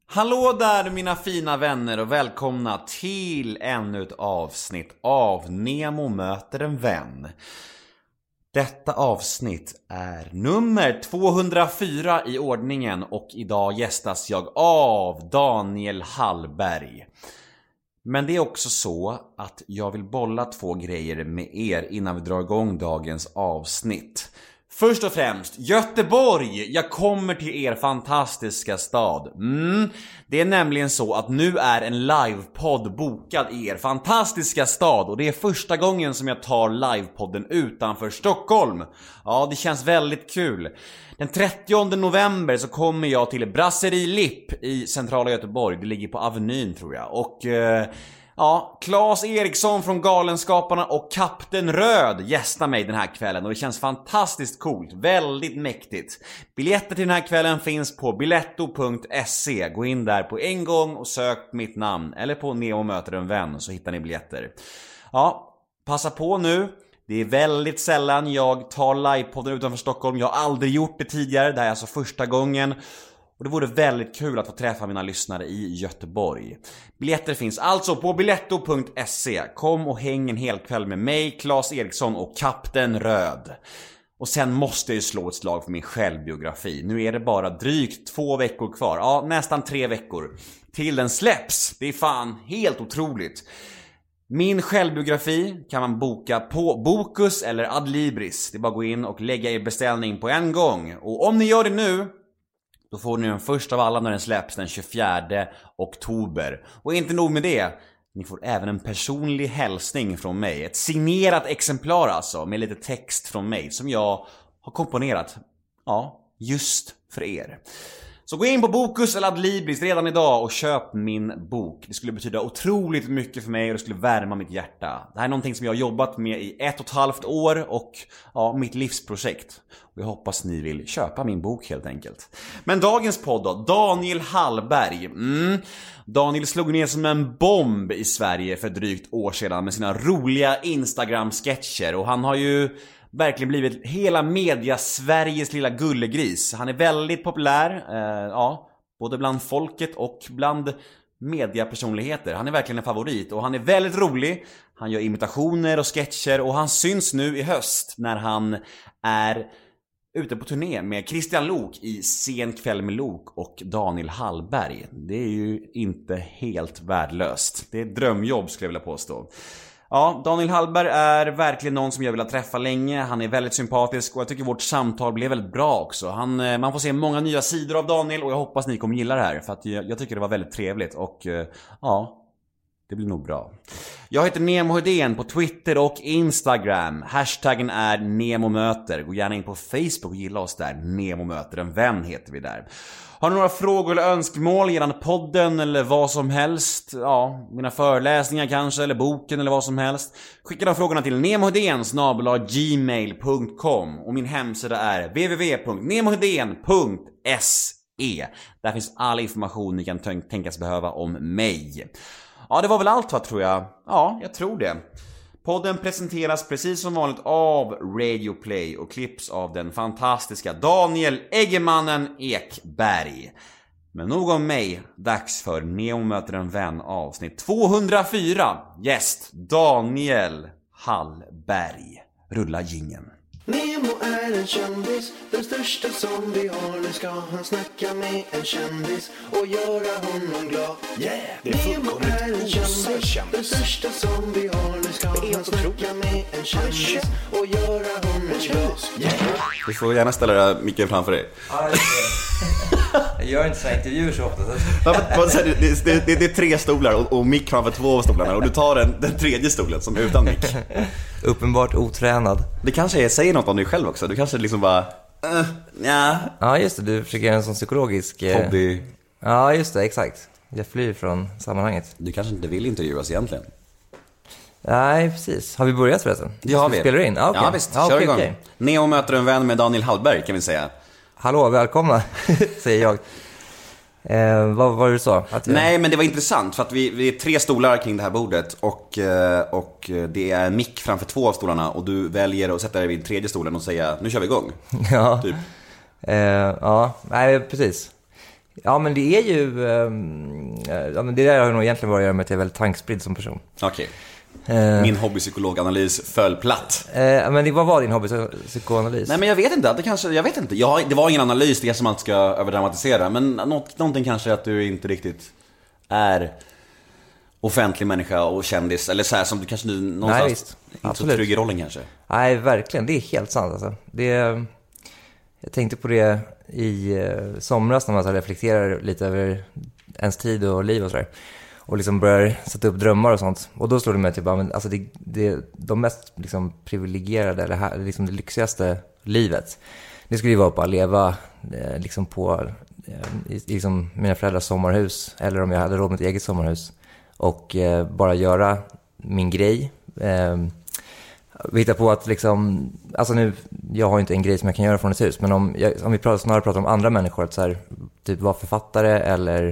Hallå där mina fina vänner och välkomna till ännu ett avsnitt av Nemo möter en vän. Detta avsnitt är nummer 204 i ordningen och idag gästas jag av Daniel Hallberg. Men det är också så att jag vill bolla två grejer med er innan vi drar igång dagens avsnitt. Först och främst, Göteborg! Jag kommer till er fantastiska stad. Det är nämligen så att nu är en livepodd bokad i er fantastiska stad. Och det är första gången som jag tar livepodden utanför Stockholm. Ja, det känns väldigt kul. Den 30 november så kommer jag till Brasserie Lipp i centrala Göteborg. Det ligger på Avenyn tror jag. Och Claes Eriksson från Galenskaparna och Kapten Röd gästar mig den här kvällen och det känns fantastiskt coolt, väldigt mäktigt. Biljetter till den här kvällen finns på biletto.se. Gå in där på en gång och sök mitt namn eller på Nemo möter en vän så hittar ni biljetter. Ja, passa på nu. Det är väldigt sällan jag tar livepodden utanför Stockholm. Jag har aldrig gjort det tidigare, det här är alltså första gången. Och det vore väldigt kul att få träffa mina lyssnare i Göteborg. Biljetter finns alltså på biletto.se. Kom och häng en hel kväll med mig, Claes Eriksson och Kapten Röd. Och sen måste jag ju slå ett slag för min självbiografi. Nu är det bara drygt 2 veckor kvar. Ja, nästan 3 veckor. Till den släpps. Det är fan helt otroligt. Min självbiografi kan man boka på Bokus eller Adlibris. Det är bara att gå in och lägga er beställning på en gång. Och om ni gör det nu, då får ni den första av alla när den släpps den 24 oktober. Och inte nog med det, ni får även en personlig hälsning från mig. Ett signerat exemplar alltså, med lite text från mig som jag har komponerat. Ja, just för er. Så gå in på Bokus eller Adlibris redan idag och köp min bok. Det skulle betyda otroligt mycket för mig och det skulle värma mitt hjärta. Det här är någonting som jag har jobbat med i 1,5 år och mitt livsprojekt. Och jag hoppas ni vill köpa min bok helt enkelt. Men dagens podd då, Daniel Hallberg. Daniel slog ner som en bomb i Sverige för drygt år sedan med sina roliga Instagram-sketcher. Och han har ju verkligen blivit hela media-Sveriges lilla gullegris. Han är väldigt populär, både bland folket och bland mediapersonligheter. Han är verkligen en favorit och han är väldigt rolig. Han gör imitationer och sketcher och han syns nu i höst när han är ute på turné med Christian Lok i Sen kväll med Lok och Daniel Hallberg. Det är ju inte helt värdelöst. Det är ett drömjobb skulle jag vilja påstå. Ja, Daniel Hallberg är verkligen någon som jag vill träffa länge. Han är väldigt sympatisk och jag tycker vårt samtal blev väldigt bra också. Man får se många nya sidor av Daniel och jag hoppas ni kommer gilla det här. För att jag tycker det var väldigt trevligt och det blir nog bra. Jag heter Nemo Hedén på Twitter och Instagram. Hashtaggen är NEMOMÖTER. Gå gärna in på Facebook och gilla oss där. Nemo möter en vän heter vi där. Har ni några frågor eller önskemål gällande podden eller vad som helst? Ja, mina föreläsningar kanske eller boken eller vad som helst. Skicka de frågorna till nemohedén@gmail.com och min hemsida är www.nemohedén.se. Där finns all information ni kan tänkas behöva om mig. Ja, det var väl allt tror jag. Ja, jag tror det. Podden presenteras precis som vanligt av Radio Play och klipps av den fantastiska Daniel Eggemannen Ekberg. Men nog om mig, dags för Nemo möter en vän avsnitt 204. Gäst Daniel Hallberg. Rulla jingeln. Nemo är en kändis, den största som vi har. Nu ska han snacka med en kändis och göra honom glad. Yeah, det är Nemo är en kändis, den största som vi har. Nu ska han snacka med en kändis och göra honom glad. Yeah. Du får gärna ställa micken framför dig. Jag gör inte så här intervjuer så ofta. Det är 3 stolar och mick framför 2 av stolarna. Och du tar den tredje stolen som är utan mick. Uppenbart otränad. Det kanske säger något om dig själv också. Du kanske liksom bara Ja just det, du försöker göra en sån psykologisk hobby. Ja just det, exakt. Jag flyr från sammanhanget. Du kanske inte vill intervjuas egentligen. Nej, precis. Har vi börjat förresten? Det har vi. Spelar du in? Okay. Ja visst, kör igång. Okay. Nemo möter en vän med Daniel Hallberg kan vi säga. Hallå, välkomna, säger jag. Vad var det du sa? Nej, men det var intressant för att vi är 3 stolar kring det här bordet och det är en mick framför 2 av stolarna och du väljer att sätta dig vid 3:e stolen och säga nu kör vi igång. Ja, typ. Ja, nej precis. Ja, men det är ju... ja, men det där har nog egentligen bara att göra med att jag är väldigt tankspridd som person. Okej. Min hobbypsykologanalys föll platt. Men vad var din hobbypsykoanalys? Nej, men jag vet inte. Det var ingen analys, det kanske man inte ska överdramatisera. Men någonting kanske att du inte riktigt är offentlig människa och kändis. Eller så här som du kanske nu någonstans. Nej, visst. Inte Absolut. så trygg i rollen kanske. Nej, verkligen. Det är helt sant alltså. Jag tänkte på det i somras när man så reflekterar lite över ens tid och liv och sådär. Och liksom börjar sätta upp drömmar och sånt. Och då slår det mig typ, men alltså de mest liksom privilegierade, eller liksom det lyxigaste livet. Det skulle ju vara på att leva liksom på liksom mina föräldrars sommarhus. Eller om jag hade råd med ett eget sommarhus. Och bara göra min grej. Vi hittar på att liksom, alltså nu, jag har inte en grej som jag kan göra från ett hus, men om vi snarare pratar om andra människor, att så här, typ vara författare eller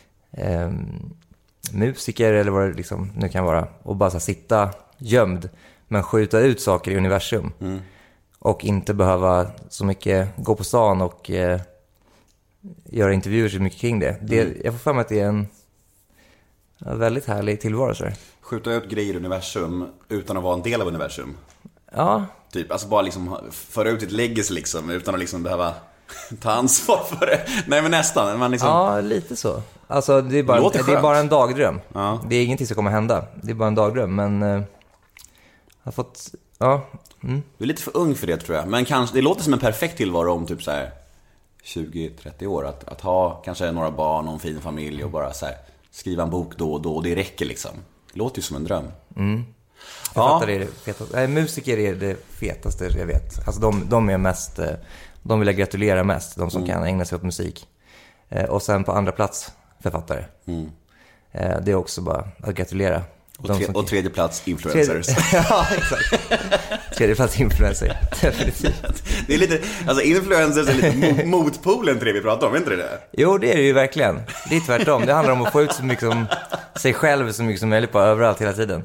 musiker eller vad det liksom nu kan vara, och bara så här, sitta gömd men skjuta ut saker i universum och inte behöva så mycket gå på stan och göra intervjuer så mycket kring det. Jag får för mig att det är en väldigt härlig tillvaro så här. Skjuta ut grejer i universum utan att vara en del av universum. Ja. Typ, alltså bara liksom föra ut ett legacy liksom, utan att liksom behöva ta ansvar för det. Nej, men nästan. Man liksom... Ja, lite så. Alltså det är bara en dagdröm. Ja. Det är ingenting som kommer hända. Det är bara en dagdröm, men jag har fått... Ja. Du är lite för ung för det, tror jag. Men kanske, det låter som en perfekt tillvaro om typ så här 20-30 år. Att ha kanske några barn och en fin familj och bara så här, skriva en bok då och då. Och det räcker liksom. Det låter ju som en dröm. Jag fattar det fetaste. Musiker är det fetaste jag vet. Alltså de är mest... De vill jag gratulera mest, de som kan ägna sig åt musik. Och sen på andra plats, författare. Det är också bara att gratulera. Och tredje plats, influencers. Ja, exakt. Tredje plats, influencer. Definitivt. Det är lite, alltså influencers är lite motpolen till det vi pratar om, är inte det? Jo, det är det ju verkligen. Det är tvärtom. Det handlar om att få ut så mycket som sig själv så mycket som möjligt på överallt hela tiden.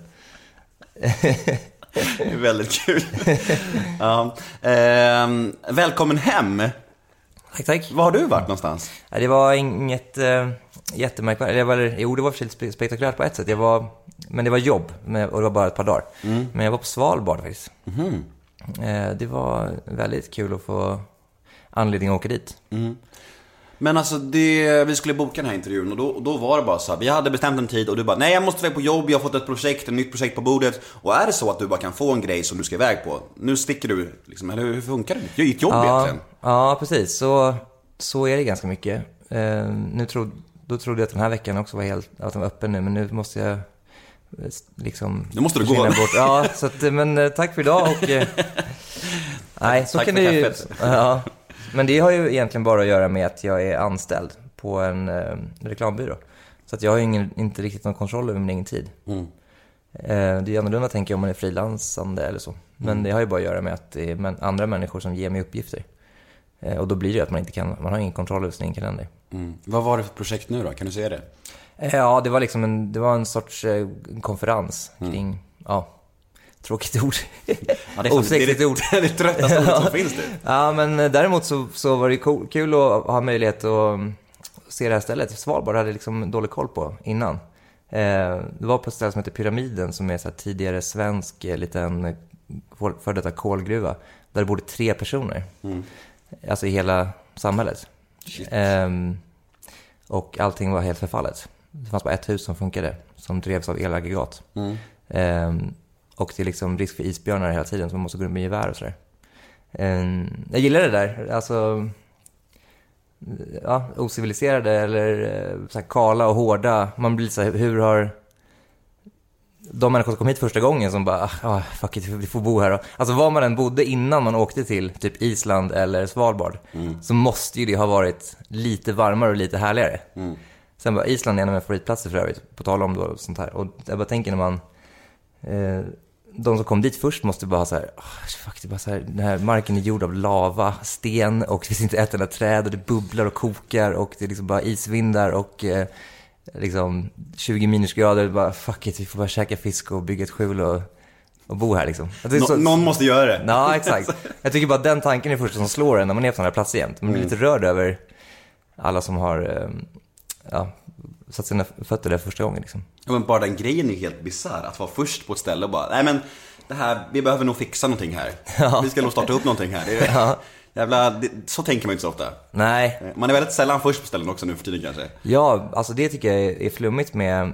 Det är väldigt kul. Ja. Välkommen hem. Tack. Var har du varit någonstans? Det var inget jättemärkvärdigt. Jo, det var för spektakulärt på ett sätt. Men det var jobb och det var bara ett par dagar. Men jag var på Svalbard faktiskt. Det var väldigt kul att få anledning att åka dit. Men alltså vi skulle boka den här intervjun och då var det bara så här, vi hade bestämt en tid och du bara, nej jag måste iväg på jobb, jag har fått ett nytt projekt på bordet. Och är det så att du bara kan få en grej som du ska iväg på, nu sticker du liksom, eller hur funkar det? Ditt jobb egentligen? Ja, precis, så är det ganska mycket. Då trodde jag att den här veckan också var att den var öppen nu, men nu måste jag liksom... Nu måste du gå bort. Ja, så att, men tack för idag och... nej, så tack kan för det ju... kaffet. Ja. Men det har ju egentligen bara att göra med att jag är anställd på en reklambyrå. Så att jag har ju inte riktigt någon kontroll över min egen tid. Det är annorlunda tänker jag om man är frilansande eller så. Men det har ju bara att göra med att det är andra människor som ger mig uppgifter. Och då blir det ju att man har ingen kontroll över sin egen kalender. Vad var det för projekt nu då? Kan du säga det? Ja, det var liksom det var en sorts konferens kring... Ja, tråkigt ord. Ja, det är osäkert ord. Det är det tröttaste ordet som finns det. Ja, men däremot så var det kul att ha möjlighet att se det här stället. Svalbard hade liksom dålig koll på innan. Det var på ett ställe som heter Pyramiden, som är så här tidigare svensk liten för detta kolgruva. Där det bodde 3 personer. Alltså i hela samhället. Och allting var helt förfallet. Det fanns bara ett hus som funkade, som drevs av elaggregat. Och det är liksom risk för isbjörnar hela tiden, så man måste gå runt med gevär och sådär. Jag gillar det där. Alltså, ja, ociviliserade eller så här kala och hårda. Man blir så här, hur har de människor som kom hit första gången som bara, fuck it, vi får bo här då. Alltså var man än bodde innan man åkte till typ Island eller Svalbard, så måste ju det ha varit lite varmare och lite härligare. Sen bara, Island är en av mina favoritplatser för övrigt, på tal om då och sånt här. Och jag bara tänker när man de som kom dit först måste bara så här, fuck, det är bara så här, den här marken är gjord av lava, sten, och det finns inte ett enda träd och det bubblar och kokar och det är liksom bara isvindar och liksom 20 minusgrader, bara fuck it, vi får bara käka fisk och bygga ett skjul och bo här liksom. Någon måste göra det. Ja, exakt. Jag tycker bara den tanken är första som slår en när man är på sådana här platser jämt. Man blir lite rörd över alla som har satt sina fötter där första gången liksom. Ja, men bara den grejen är helt bizarr, att vara först på ett ställe och bara, nej men det här, vi behöver nog fixa någonting här. Vi ska nog starta upp någonting här. Det är jävla, så tänker man inte så ofta. Nej. Man är väldigt sällan först på ställen också nu för tiden kanske. Ja, alltså det tycker jag är flummigt med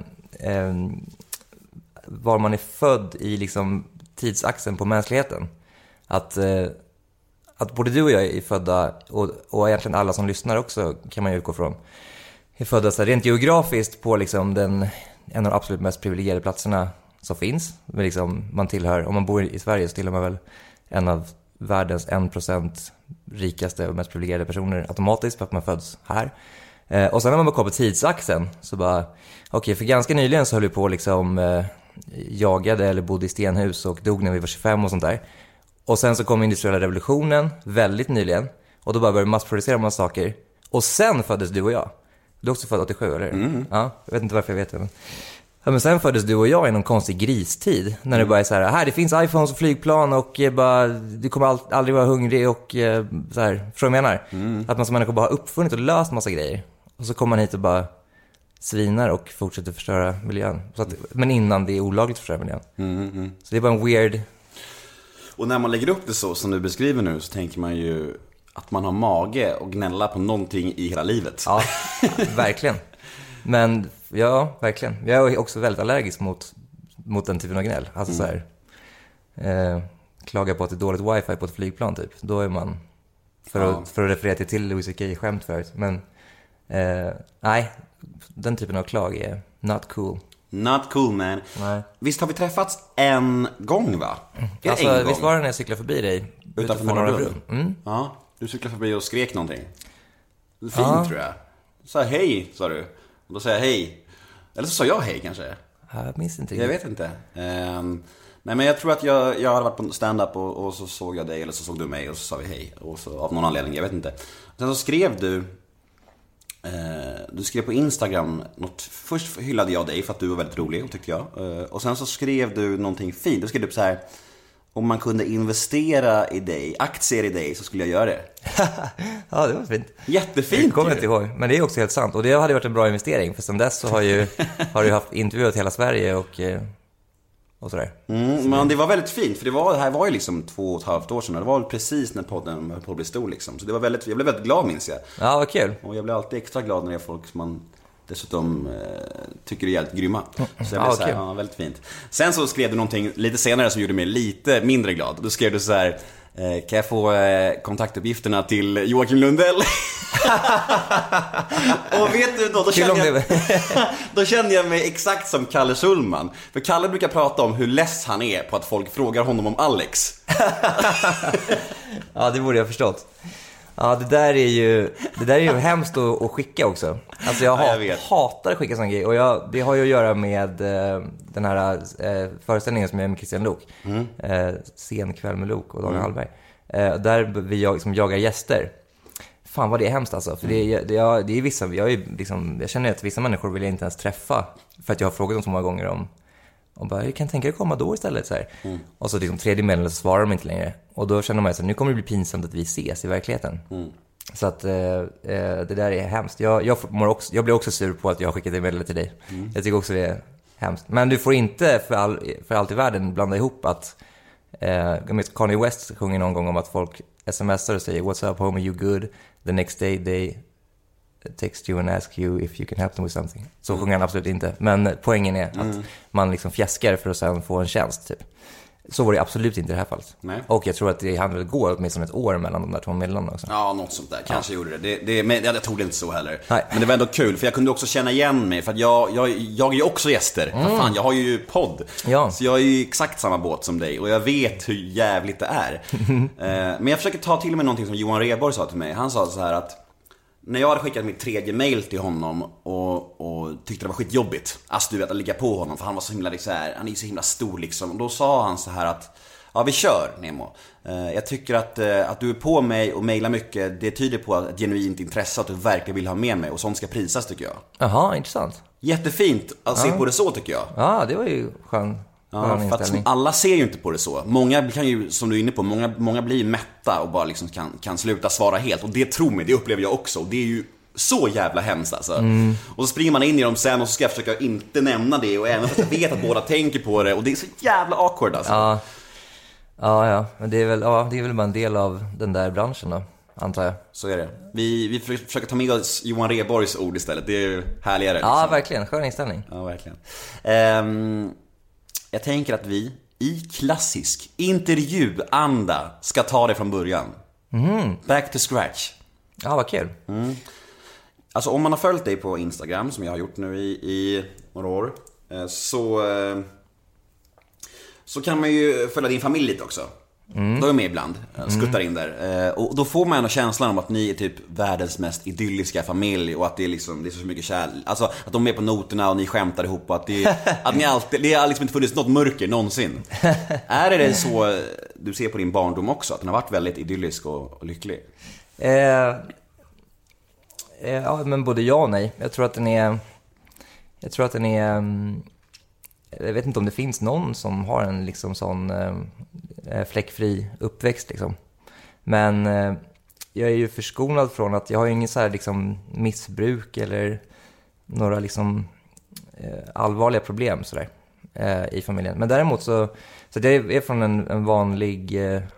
var man är född i liksom tidsaxeln på mänskligheten. Att både du och jag är födda, och egentligen alla som lyssnar också kan man ju utgå från, är födda så rent geografiskt på liksom en av de absolut mest privilegierade platserna som finns. Men liksom man tillhör, om man bor i Sverige så tillhör man väl en av världens 1% rikaste och mest privilegierade personer automatiskt för att man föds här. Och sen när man bara kommer på tidsaxeln så bara, okej, för ganska nyligen så höll vi på liksom jagade eller bodde i stenhus och dog när vi var 25 och sånt där. Och sen så kom industriella revolutionen väldigt nyligen, och då började vi massproducera en massa saker. Och sen föddes du och jag. Du är också född 87, eller? Ja, jag vet inte varför jag vet det. Men sen föddes du och jag i någon konstig gristid. När det bara är så här, det finns iPhones och flygplan och bara, du kommer aldrig vara hungrig och så här, förstår du vad jag menar? Att man som människa bara har uppfunnit och löst massa grejer. Och så kommer man hit och bara svinar och fortsätter förstöra miljön. Så att, men innan det är olagligt att förstöra miljön. Så det är bara en weird... Och när man lägger upp det så som du beskriver nu, så tänker man ju att man har mage och gnälla på någonting i hela livet. Ja, verkligen. Men ja, verkligen. Jag är också väldigt allergisk mot den typen av gnäll. Alltså så här, klaga på att det är dåligt wifi på ett flygplan typ. Då är man, för att referera till Louis CK-skämt förut. Men nej, den typen av klag är not cool. Not cool, man. Nej. Visst har vi träffats en gång, va? Alltså, en gång? visst var det när jag cyklade förbi dig utanför Norra Brunn? Ja, du cyklade förbi och skrek någonting. Fint, tror jag. Så här, hej, sa du. Och då sa jag hej. Eller så sa jag hej kanske. Jag minns inte. Jag vet inte. Nej, men jag tror att jag hade varit på stand-up och så såg jag dig, eller så såg du mig och så sa vi hej. Och så av någon anledning, jag vet inte. Sen så skrev du skrev på Instagram något. Först hyllade jag dig för att du var väldigt rolig, tyckte jag. Och sen så skrev du någonting fint. Du skrev upp så här: om man kunde investera i dig, aktier i dig, så skulle jag göra det. Ja, det var fint. Jättefint. Jag kommer inte ihåg, men det är också helt sant. Och det hade varit en bra investering, för sen dess så har du haft intervjuat hela Sverige och sådär. Men det var väldigt fint, för det här var ju liksom 2,5 år sedan. Det var precis när podden höll på att bli stor liksom. Så det var jag blev väldigt glad, minns jag. Ja, vad kul. Och jag blir alltid extra glad när det är folk som man dessutom tycker är jävligt grymma. Så jag blev så här, väldigt fint. Sen så skrev du någonting lite senare som gjorde mig lite mindre glad. Då skrev du så här: kan jag få kontaktuppgifterna till Joakim Lundell? Och vet du då kände jag mig exakt som Kalle Schulman. För Kalle brukar prata om hur less han är på att folk frågar honom om Alex. Ja, det borde jag förstått. Ja, det där är ju hemskt att skicka också. Alltså jag hatar att skicka sån grej. Och det har ju att göra med den här föreställningen som jag är med Christian Lok. Sen kväll med Lok och Daniel Hallberg. Där vi jagar gäster. Fan vad det är hemskt alltså. För det är vissa, jag känner att vissa människor vill jag inte ens träffa. För att jag har frågat dem så många gånger om. Och bara, jag kan tänka dig komma då istället så här. Och så liksom tredje meddelandet så svarar de inte längre. Och då känner man att nu kommer det bli pinsamt att vi ses i verkligheten. Så att det där är hemskt. Jag blir också sur på att jag har skickat ett meddelande till dig. Jag tycker också det är hemskt. Men du får inte för allt i världen blanda ihop att Kanye West sjunger någon gång om att folk smsar och säger what's up homie, you good? The next day they text you and ask you if you can help them with something. Så sjunger han absolut inte. Men poängen är att man liksom fjäskar för att sen få en tjänst typ. Så var det absolut inte i det här fallet. Nej. Och jag tror att det handlade gå åtminstone ett år mellan de där två meddelandena också. Ja, något sånt där. Kanske gjorde det. Men jag tog det inte så heller. Nej. Men det var ändå kul, för jag kunde också känna igen mig. För att jag är ju också gäster. Fan, jag har ju podd. Ja. Så jag är ju exakt samma båt som dig. Och jag vet hur jävligt det är. Men jag försöker ta till mig någonting som Johan Rheborg sa till mig. Han sa så här att när jag hade skickat mitt 3:e mail till honom och tyckte det var skitjobbigt, alltså du vet, att ligga på honom, för han var så himla så här, han är så himla stor liksom. Och då sa han så här att ja, vi kör Nemo. Jag tycker att du är på mig och mejlar mycket. Det tyder på ett genuint intresse, att du verkligen vill ha med mig. Och sånt ska prisas, tycker jag. Jaha, intressant. Jättefint att se på det så, tycker jag. Ja, det var ju skön. Ja, för att alla ser ju inte på det så. Många kan ju, som du är inne på, många blir mätta och bara liksom kan sluta svara helt. Och det, tror mig, det upplever jag också. Och det är ju så jävla hemskt alltså. Och så springer man in i dem sen och så ska jag försöka inte nämna det. Och även fast jag vet att båda tänker på det. Och det är så jävla awkward alltså. Ja. Men det är väl bara en del av den där branschen då, antar jag. Så är det. Vi försöker ta med oss Johan Rheborgs ord istället. Det är ju härligare liksom. Ja, verkligen, skön inställning. Ja, verkligen. Jag tänker att vi i klassisk intervjuanda ska ta det från början. Back to scratch. Ja, vad kul. Alltså om man har följt dig på Instagram, som jag har gjort nu i några år, så kan man ju följa din familj lite också. Då är med ibland, skuttar in där. Och då får man ändå känslan om att ni är typ världens mest idylliska familj. Och att det är liksom, det är så mycket kärlek. Alltså att de är på noterna och ni skämtar ihop. Och att att ni alltid, det har liksom inte funnits något mörker någonsin. Är det så du ser på din barndom också? Att den har varit väldigt idyllisk och lycklig? Ja, men både ja och nej. Jag tror att den är jag vet inte om det finns någon som har en liksom sån fläckfri uppväxt liksom. Men jag är ju förskonad från att jag har ju ingen så här liksom missbruk eller några liksom allvarliga problem så där i familjen. Men däremot så det är från en vanlig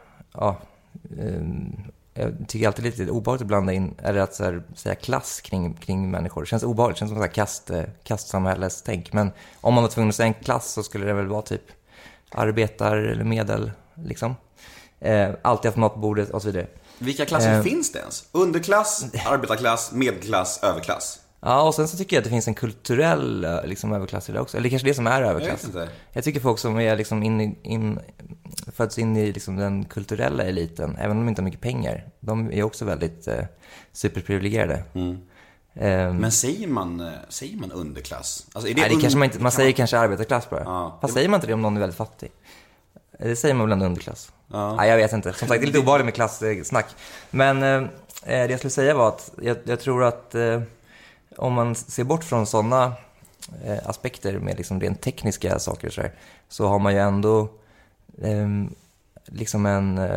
jag tycker alltid lite obehagligt att blanda in, eller att så här, säga klass kring människor. Det känns obehagligt, det känns som så här kastsamhällestänk. Men om man var tvungen att säga en klass så skulle det väl vara typ arbetar eller medel liksom. Alltid haft mat på bordet och så vidare. Vilka klasser finns det ens? Underklass, arbetarklass, medelklass, överklass? Ja, och sen så tycker jag att det finns en kulturell liksom, överklass i det också. Eller kanske det som är överklass. Jag tycker folk som är liksom föds in i liksom, den kulturella eliten, även om de inte har mycket pengar, de är också väldigt superprivilegierade. Men säger man underklass? Alltså, är det nej, det kanske man säger kanske arbetarklass bara. Ja. Fast säger man inte det om någon är väldigt fattig? Det säger man väl ändå underklass? Ja. Nej, jag vet inte. Som sagt, det är lite obehagligt med klassnack. Men det jag skulle säga var att jag tror att om man ser bort från sådana aspekter med liksom rent tekniska saker så har man ju ändå liksom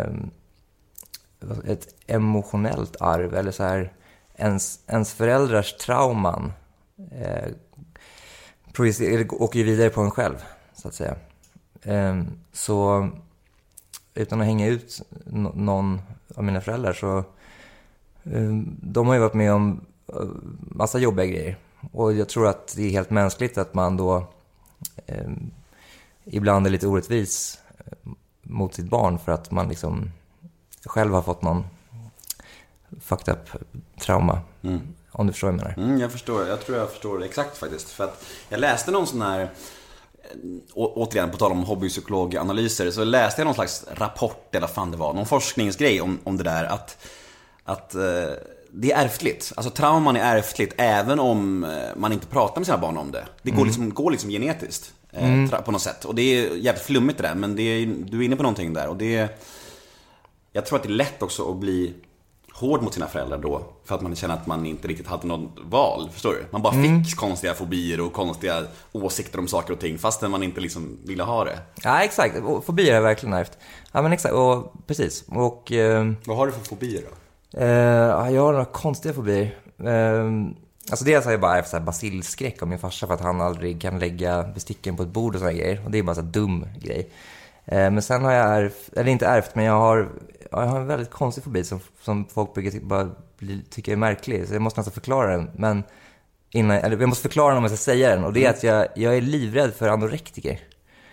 ett emotionellt arv, eller så här ens föräldrars trauman åker ju vidare på en själv, så att säga. Så utan att hänga ut någon av mina föräldrar, så de har ju varit med om massa jobbiga grejer. Och jag tror att det är helt mänskligt att man då ibland är lite orättvis mot sitt barn för att man liksom själv har fått någon fucked up trauma. Om du förstår vad jag menar. Jag förstår. Jag tror jag förstår det exakt faktiskt. För att jag läste någon sån här, återigen på tal om hobbypsykologanalyser, så läste jag någon slags rapport eller vad fan det var, någon forskningsgrej om det där att det är ärftligt. Alltså trauman är ärftligt även om man inte pratar med sina barn om det. Det går liksom genetiskt på något sätt. Och det är jävligt flummigt det där, men du är inne på någonting där. Och jag tror att det är lätt också att bli hård mot sina föräldrar då, för att man känner att man inte riktigt hade något val, förstår du? Man bara fick konstiga fobier och konstiga åsikter om saker och ting, fastän man inte liksom ville ha det. Ja, exakt. Fobier är verkligen ärvt. Ja, men exakt. Och precis. Och vad har du för fobier då? Jag har några konstiga fobier. Alltså dels har jag bara ärvt så här basilskräck av min farsa, för att han aldrig kan lägga besticken på ett bord och såna grejer. Och det är bara så här dum grej. Men sen har jag inte ärvt, men jag har en väldigt konstig fobi som folk brukar bara tycka är märklig. Så jag måste nästan förklara den. Men jag måste förklara den om jag ska säga den. Och det är att jag är livrädd för anorektiker.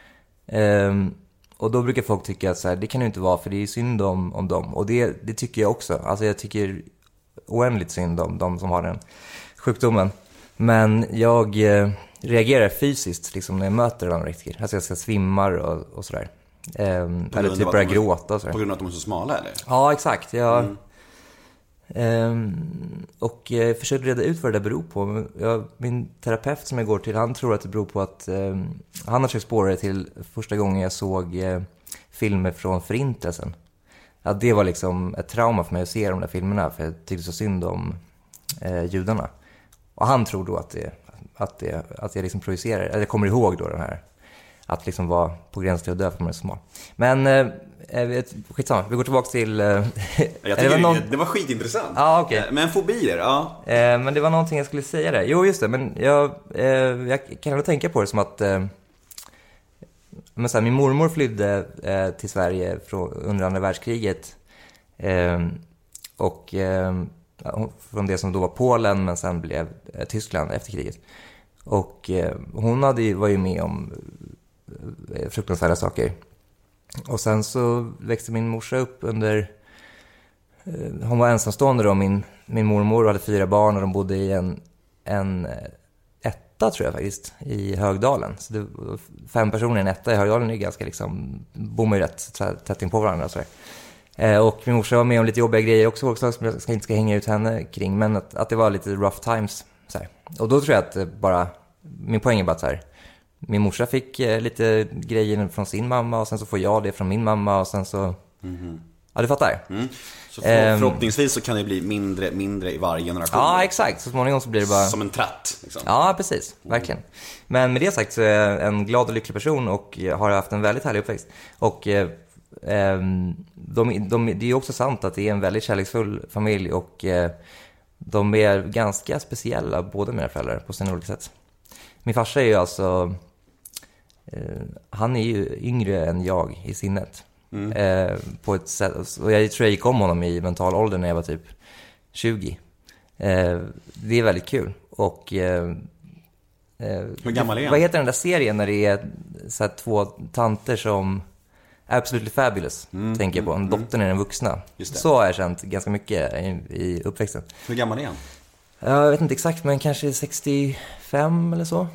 Och då brukar folk tycka att så här, det kan ju inte vara, för det är synd om dem. Och det tycker jag också. Alltså jag tycker oändligt synd om de som har den sjukdomen. Men jag reagerar fysiskt liksom, när jag möter anorektiker. Alltså jag ska svimmar och sådär. Eller typ börja gråta och sådär. På grund av att de är så smala, eller? Ja, exakt. Och jag försökte reda ut vad det där beror på. Min terapeut som jag går till, han tror att det beror på att han har försökt spåra det till första gången jag såg filmer från Förintelsen. Ja, det var liksom ett trauma för mig att se de där filmerna, för jag tyckte så synd om judarna. Och han tror då att jag liksom projicerar, eller kommer ihåg då den här att liksom vara på gränsen till att dö för man är så smal. Men skitsamma, vi går tillbaka till... Jag tycker det var skitintressant. Ja, okej. Men fobier, ja. Men det var någonting jag skulle säga där. Jo, just det, men jag kan ändå tänka på det som att... Men så här, min mormor flydde till Sverige under andra världskriget. Och från det som då var Polen, men sen blev Tyskland efter kriget. Och hon var ju med om fruktansvärda saker. Och sen så växte min morsa upp under... Hon var ensamstående då, min mormor, och hade 4 barn, och de bodde i en etta, tror jag faktiskt, i Högdalen. Så det var 5 personer i en etta i Högdalen, är ganska liksom, bommar ju rätt tätt in på varandra och sådär. Och min morsa var med om lite jobbiga grejer också som jag inte ska hänga ut henne kring, men att det var lite rough times så här. Och då tror jag att bara, min poäng är bara så här, min morsa fick lite grejer från sin mamma, och sen så får jag det från min mamma, och sen så ja, du fattar. Så förhoppningsvis så kan det bli mindre i varje generation. Ja, exakt. Så småningom så blir det bara som en tratt liksom. Ja, precis, verkligen. Men med det sagt så är jag en glad och lycklig person och har haft en väldigt härlig uppväxt. Och det är också sant att det är en väldigt kärleksfull familj, och de är ganska speciella, båda mina föräldrar, på sina olika sätt. Min farsa är ju alltså han är ju yngre än jag i sinnet. På ett sätt, och jag tror jag gick om honom i mental ålder när jag var typ 20. Det är väldigt kul. Och hur gammal är han? Vad heter den där serien när det är så här 2 tanter som Absolutely Fabulous, tänker jag på. Dottern är den vuxna. Så har jag känt ganska mycket i uppväxten. Hur gammal är han? Jag vet inte exakt, men kanske 65 eller så.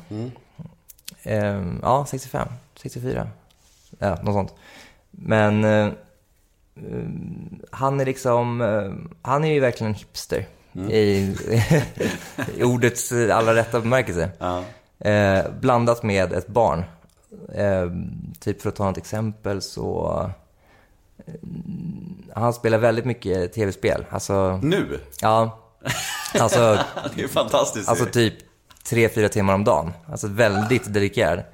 Ja, 65, 64. Ja, något sånt. Men han är liksom, han är ju verkligen en hipster i ordets alla rätta bemärkelse. Blandat med ett barn. Typ för att ta ett exempel så han spelar väldigt mycket tv-spel. Alltså, nu? Ja. Alltså, det är fantastiskt. Alltså typ 3-4 timmar om dagen. Alltså väldigt dedikerad.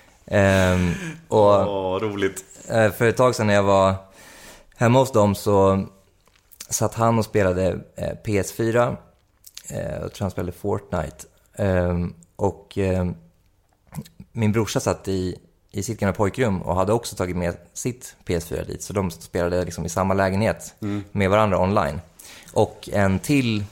Roligt. För ett tag sedan när jag var hemma hos dem så satt han och spelade PS4. Jag tror han spelade Fortnite. Och min brorsa satt i sitt gamla pojkrum och hade också tagit med sitt PS4 dit. Så de spelade liksom i samma lägenhet med varandra online. Och en till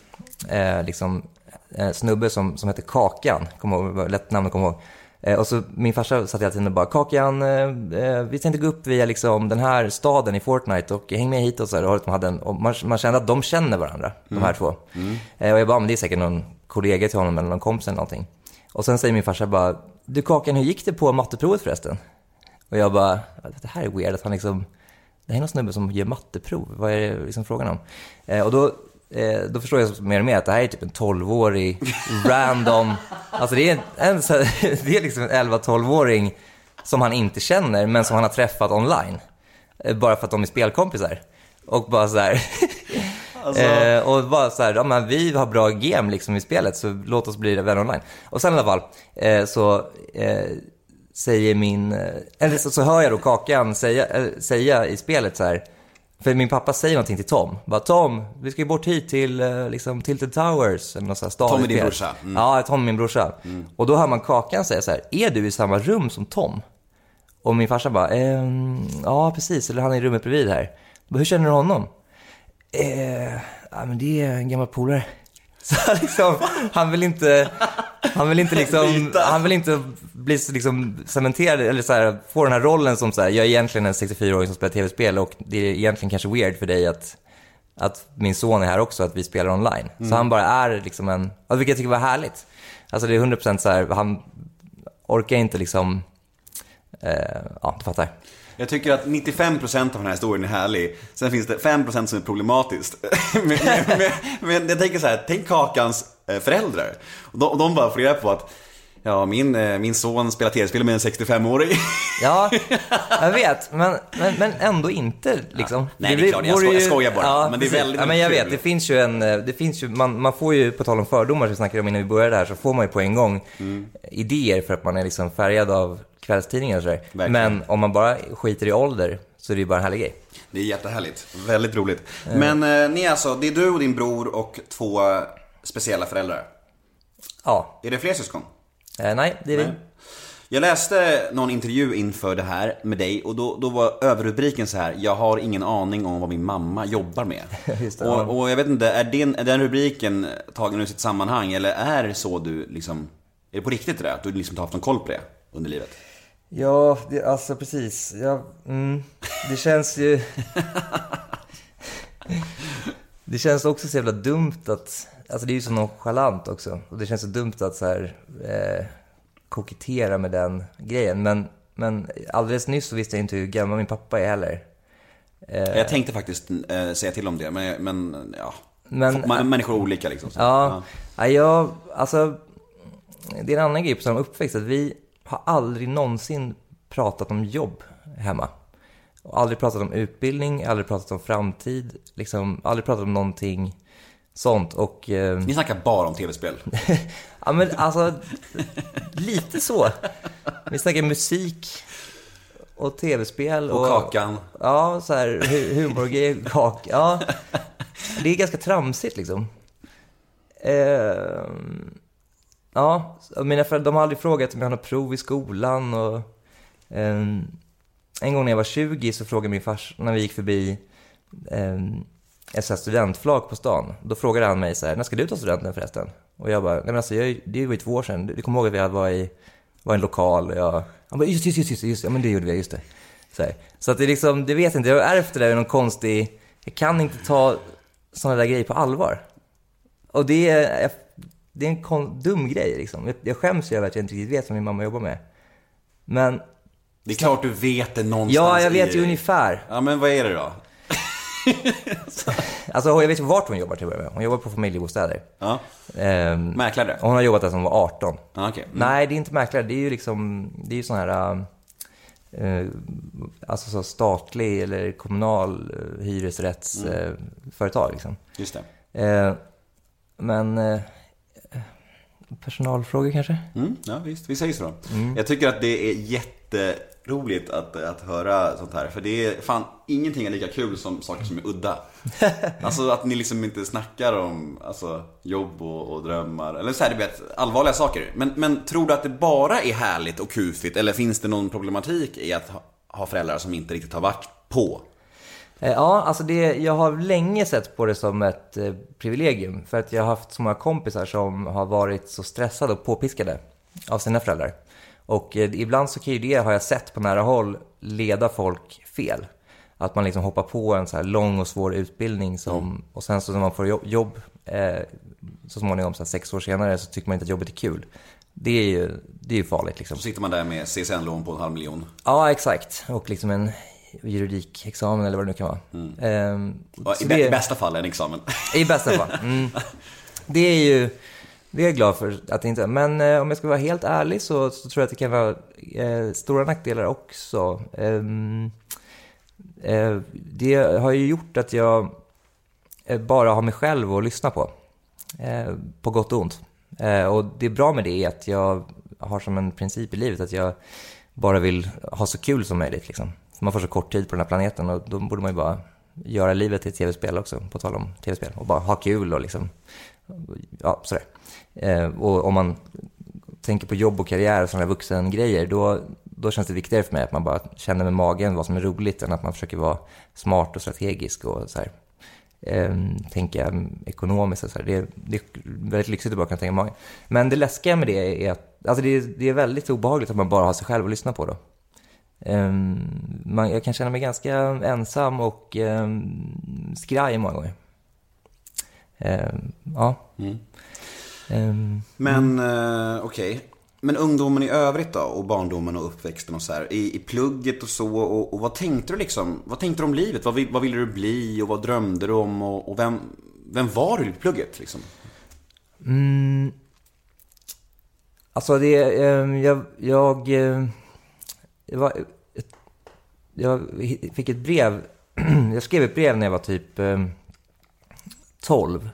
snubbe som heter Kakan, lätt namn att komma ihåg. Och så min farsa satt hela tiden och bara, Kakan, vi tänkte gå upp via liksom den här staden i Fortnite och häng med hit och så här. Och de hade man kände att de känner varandra, de här två. Och jag bara, men det är säkert någon kollega till honom eller någon kompis eller någonting. Och sen säger min farsa bara, du Kakan, hur gick det på matteprovet förresten? Och jag bara, det här är weird att han liksom, det här är någon snubbe som gör matteprov. Vad är det liksom frågan om? Och då förstår jag mer och mer att det här är typ en 12-årig random, alltså det är det är liksom en 11-12-åring som han inte känner men som han har träffat online bara för att de är spelkompisar och bara så här alltså. Och bara så här, ja, men vi har bra game liksom i spelet så låt oss bli vänner online. Och sen i alla fall säger eller så hör jag då Kakan säga i spelet så här. För min pappa säger någonting till Tom. Bara, Tom, vi ska ju bort hit till liksom Tilted Towers eller någon sån här stad. Tom är din brorsa. Ja, Tom är min brorsa. Och då hör man Kakan säga så här, är du i samma rum som Tom? Och min farsa bara, ja precis, eller han är i rummet bredvid här. Bara, hur känner du honom? Ja men det är en gammal polare. Så liksom, han vill inte bli liksom cementerad eller så här, få den här rollen som så här, jag är egentligen en 64-åring som spelar tv-spel och det är egentligen kanske weird för dig att min son är här också, att vi spelar online. Så han bara är liksom vilket jag tycker var härligt. Alltså det är 100% så här, han orkar inte liksom ja, du fattar. Jag tycker att 95% av den här historien är härlig. Sen finns det 5% som är problematiskt. men jag tänker så här, tänk Kakans föräldrar. Och de bara får reda på att ja, min son spelar tv-spel med en 65-åring. Ja, jag vet. Men ändå inte liksom. Ja, nej, det är klart, jag skojar bara. Ja, men det är väldigt, men jag vet, det finns ju man får ju, på tal om fördomar som vi snackade om innan vi började här, så får man ju på en gång idéer för att man är liksom färgad av kvällstidningar och sådär. Verkligen. Men om man bara skiter i ålder så är det ju bara en härlig grej. Det är jättehärligt, väldigt roligt. Men ni alltså, det är du och din bror och 2 speciella föräldrar. Ja. Är det fler syskon? Nej, det är vi. Jag läste någon intervju inför det här med dig och då var överrubriken så här: jag har ingen aning om vad min mamma jobbar med. Just det, och jag vet inte, är den rubriken tagen ur sitt sammanhang, eller är det så du liksom, är det på riktigt det där, att du liksom har haft någon koll på det under livet? Ja, alltså precis. Det känns ju... Det känns också så jävla dumt att... Alltså det är ju så nonchalant också. Och det känns så dumt att så här... kokettera med den grejen. Men alldeles nyss så visste jag inte hur gammal min pappa är heller. Jag tänkte faktiskt säga till om det, men ja. Människor är olika liksom. Så. Ja. Alltså det är en annan grej på samma uppväxt, att vi har aldrig någonsin pratat om jobb hemma. Och aldrig pratat om utbildning, aldrig pratat om framtid, liksom aldrig pratat om någonting sånt. Och ni snackar bara om tv-spel. ja, men alltså lite så. Vi snackar musik och tv-spel och kakan. Ja, så här humorgrejer, ja. Det är ganska tramsigt liksom. Ja, mina föräldrar, de har aldrig frågat om jag har något prov i skolan. Och en gång när jag var 20 så frågade min fars, när vi gick förbi ett studentflak på stan, då frågade han mig så här: när ska du ta studenten förresten? Och jag bara, nej men alltså, det var ju 2 år sedan. Du kommer ihåg att vi var i en lokal och han bara, just, ja men det gjorde vi, just det. Så att det liksom, det vet inte, jag har ärvt det där någon konstig, jag kan inte ta såna där grejer på allvar. Och det är en dum grej liksom. Jag skäms ju över att jag inte riktigt vet vad min mamma jobbar med. Men det är klart du vet det någonstans. Ja, jag vet ju ungefär. Ja, men vad är det då? Alltså jag vet ju vart hon jobbar till att börja med. Hon jobbar på familjebostäder. Ja. Mäklare. Hon har jobbat där som var 18. Ah, okay. Nej, det är inte mäklare. Det är ju liksom, det är ju sån här alltså så statlig eller kommunal hyresrättsföretag liksom. Just det. Men personalfrågor kanske? Ja, visst. Vi säger så då. Jag tycker att det är jätteroligt att höra sånt här. För det är fan ingenting är lika kul som saker som är udda. Alltså att ni liksom inte snackar om jobb och drömmar. Eller så här, det blir allvarliga saker. Men tror du att det bara är härligt och kufigt? Eller finns det någon problematik i att ha föräldrar som inte riktigt har varit på? Ja, alltså jag har länge sett på det som ett privilegium. För att jag har haft så många kompisar som har varit så stressade och påpiskade av sina föräldrar. Och ibland så kan ju det, har jag sett på nära håll, leda folk fel. Att man liksom hoppar på en så här lång och svår utbildning och sen så när man får jobb så småningom, så här 6 år senare, så tycker man inte att jobbet är kul. Det är ju farligt liksom. Så sitter man där med CSN-lån på 500 000. Ja, exakt. Och liksom en juridikexamen eller vad det nu kan vara. I bästa fall en examen. I bästa fall. Det är jag glad för att det inte är. Men om jag ska vara helt ärlig så tror jag att det kan vara stora nackdelar också. Det har ju gjort att jag bara har mig själv att lyssna på gott och ont. Och det är bra med det är att jag har som en princip i livet att jag bara vill ha så kul som möjligt liksom. Man får så kort tid på den här planeten och då borde man ju bara göra livet till ett tv-spel också, på tal om tv-spel, och bara ha kul och liksom, ja, sådär. Och om man tänker på jobb och karriär och sådana vuxengrejer, då känns det viktigare för mig att man bara känner med magen vad som är roligt än att man försöker vara smart och strategisk och så här, tänka ekonomiskt och så här. Det är väldigt lyxigt att bara kunna tänka magen. Men det läskiga med det är att alltså det är väldigt obehagligt att man bara har sig själv att lyssna på då. Jag kan känna mig ganska ensam och skraj många gånger. Ja. Men okej. Men ungdomen i övrigt då, och barndomen och uppväxten och så här, i plugget och så, och vad tänkte du liksom? Vad tänkte du om livet? Vad ville du bli och vad drömde du om, och vem var du i plugget liksom? Alltså jag fick ett brev. Jag skrev ett brev när jag var typ 12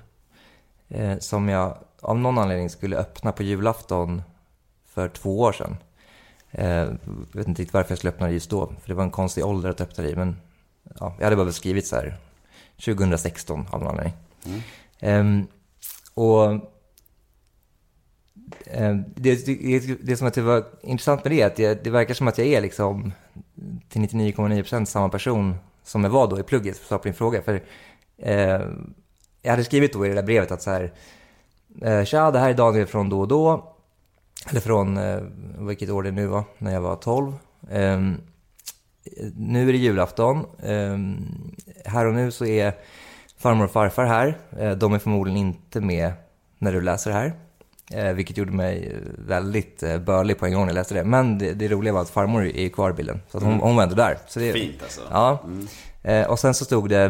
som jag av någon anledning skulle öppna på julafton för 2 år sedan. Jag vet inte riktigt varför jag skulle öppna det just då, för det var en konstig ålder att öppna det i, men ja, jag hade bara skrivit så här 2016 av någon anledning. Det som att det var intressant med det är att det verkar som att jag är liksom till 99,9% samma person som jag var då i plugget, för att på din fråga. För jag hade skrivit då i det där brevet att så här, tja, det här är Daniel från då och då, eller från vilket år det nu var, när jag var 12. Nu är det julafton. Här och nu så är farmor och farfar här. De är förmodligen inte med när du läser det här. Vilket gjorde mig väldigt börlig på en gång när jag läste det. Men det roliga var att farmor är kvar i bilden. Så att hon var ändå där. Så det, fint alltså. Ja. Och sen så stod det,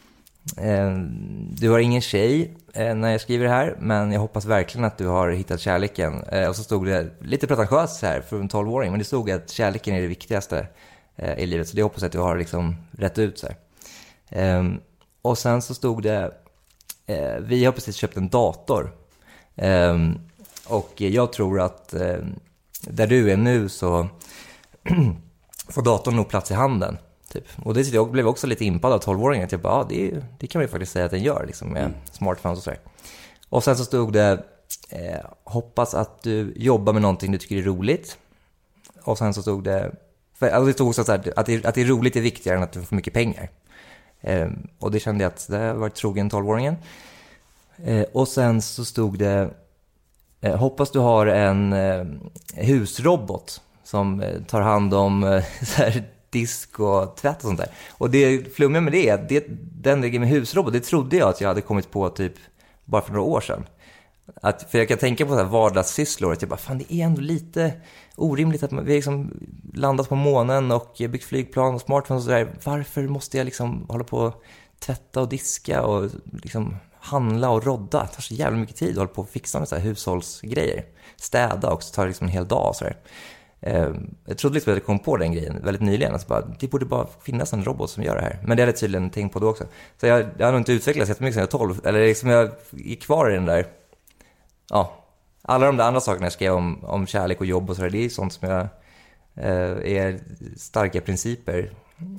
du har ingen tjej när jag skriver det här, men jag hoppas verkligen att du har hittat kärleken. Och så stod det lite pretentiöst så här för en 12-åring, men det stod att kärleken är det viktigaste i livet. Så det hoppas jag att du har liksom rätt ut så här. Och sen så stod det, vi har precis köpt en dator. Och jag tror att där du är nu så får datorn nog plats i handen typ. Och jag blev också lite impad av 12-åringen. Typ, ja, det kan man ju faktiskt säga att den gör liksom, med smartphones och så här. Och sen så stod det, hoppas att du jobbar med någonting du tycker är roligt. Och sen så stod det, det stod också så här, att det är roligt är viktigare än att du får mycket pengar. Och det kände jag att det var trogen 12-åringen. Och sen så stod det, hoppas du har en husrobot som tar hand om så här, disk och tvätt och sånt där. Och det flummiga med det är att den regeln med husrobot, det trodde jag att jag hade kommit på typ bara för några år sedan. För jag kan tänka på så här vardagssysslor, att jag bara, fan, det är ändå lite orimligt att vi liksom landat på månen och byggt flygplan och smartphones och sådär. Varför måste jag liksom hålla på att tvätta och diska och liksom handla och rodda? Det tar så jävla mycket tid att hålla på att fixa med så här hushållsgrejer. Städa också, tar liksom en hel dag och sådär. Jag trodde liksom att jag kom på den grejen väldigt nyligen. Alltså bara, det borde bara finnas en robot som gör det här. Men det hade jag tydligen tänkt på då också. Så jag har nog inte utvecklats jättemycket sedan jag var 12. Eller liksom jag är kvar i den där. Ja, alla de där andra sakerna jag skrev om kärlek och jobb och sådär, det är sånt som jag är starka principer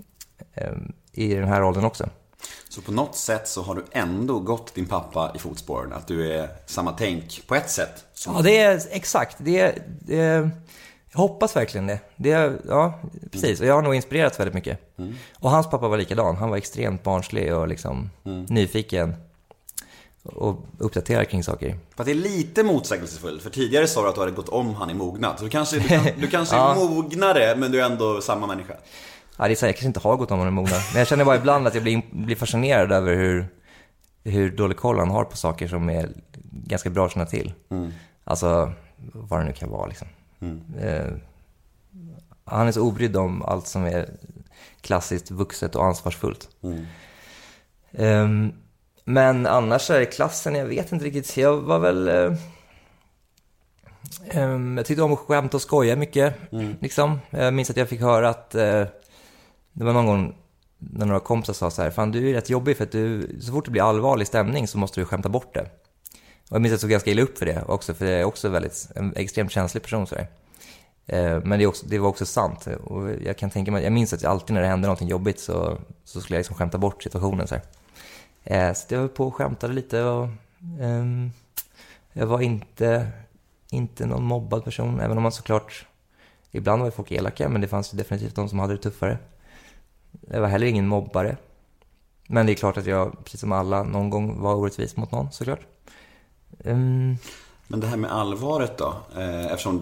i den här åldern också. Så på något sätt så har du ändå gått din pappa i fotspåren, att du är samma tänk på ett sätt. Ja, det är exakt. Jag hoppas verkligen det. Ja, precis. Och jag har nog inspirerats väldigt mycket. Och hans pappa var likadan. Han var extremt barnslig och liksom nyfiken och uppdaterad kring saker. För att det är lite motsägelsefullt. För tidigare sa du att du hade gått om han i mognad. Så du kanske är mognare, men du är ändå samma människa. Ja, det är så, jag kanske inte har gått om han i mognad. Men jag känner bara ibland att jag blir fascinerad över hur dålig koll han har på saker som är ganska bra att känna till. Alltså, vad det nu kan vara liksom. Han är så obrydd om allt som är klassiskt vuxet och ansvarsfullt. Men annars är det klassen, jag vet inte riktigt. Jag var väl jag tyckte om att skämta och skoja mycket liksom. Jag minns att jag fick höra att det var någon gång när några kompisar sa så här, fan, du är rätt jobbig för att så fort det blir allvarlig stämning så måste du skämta bort det. Och jag minns att jag såg ganska illa upp för det också, för det är också en extremt känslig person så där. Men det var också sant. Och jag kan tänka mig, jag minns att alltid när det hände någonting jobbigt så skulle jag liksom skämta bort situationen så här. Så jag var på och skämtade lite och jag var inte någon mobbad person, även om man såklart ibland var folk elaka, men det fanns definitivt de som hade det tuffare. Jag var heller ingen mobbare. Men det är klart att jag, precis som alla, någon gång var orättvis mot någon, såklart. Men det här med allvaret då, eftersom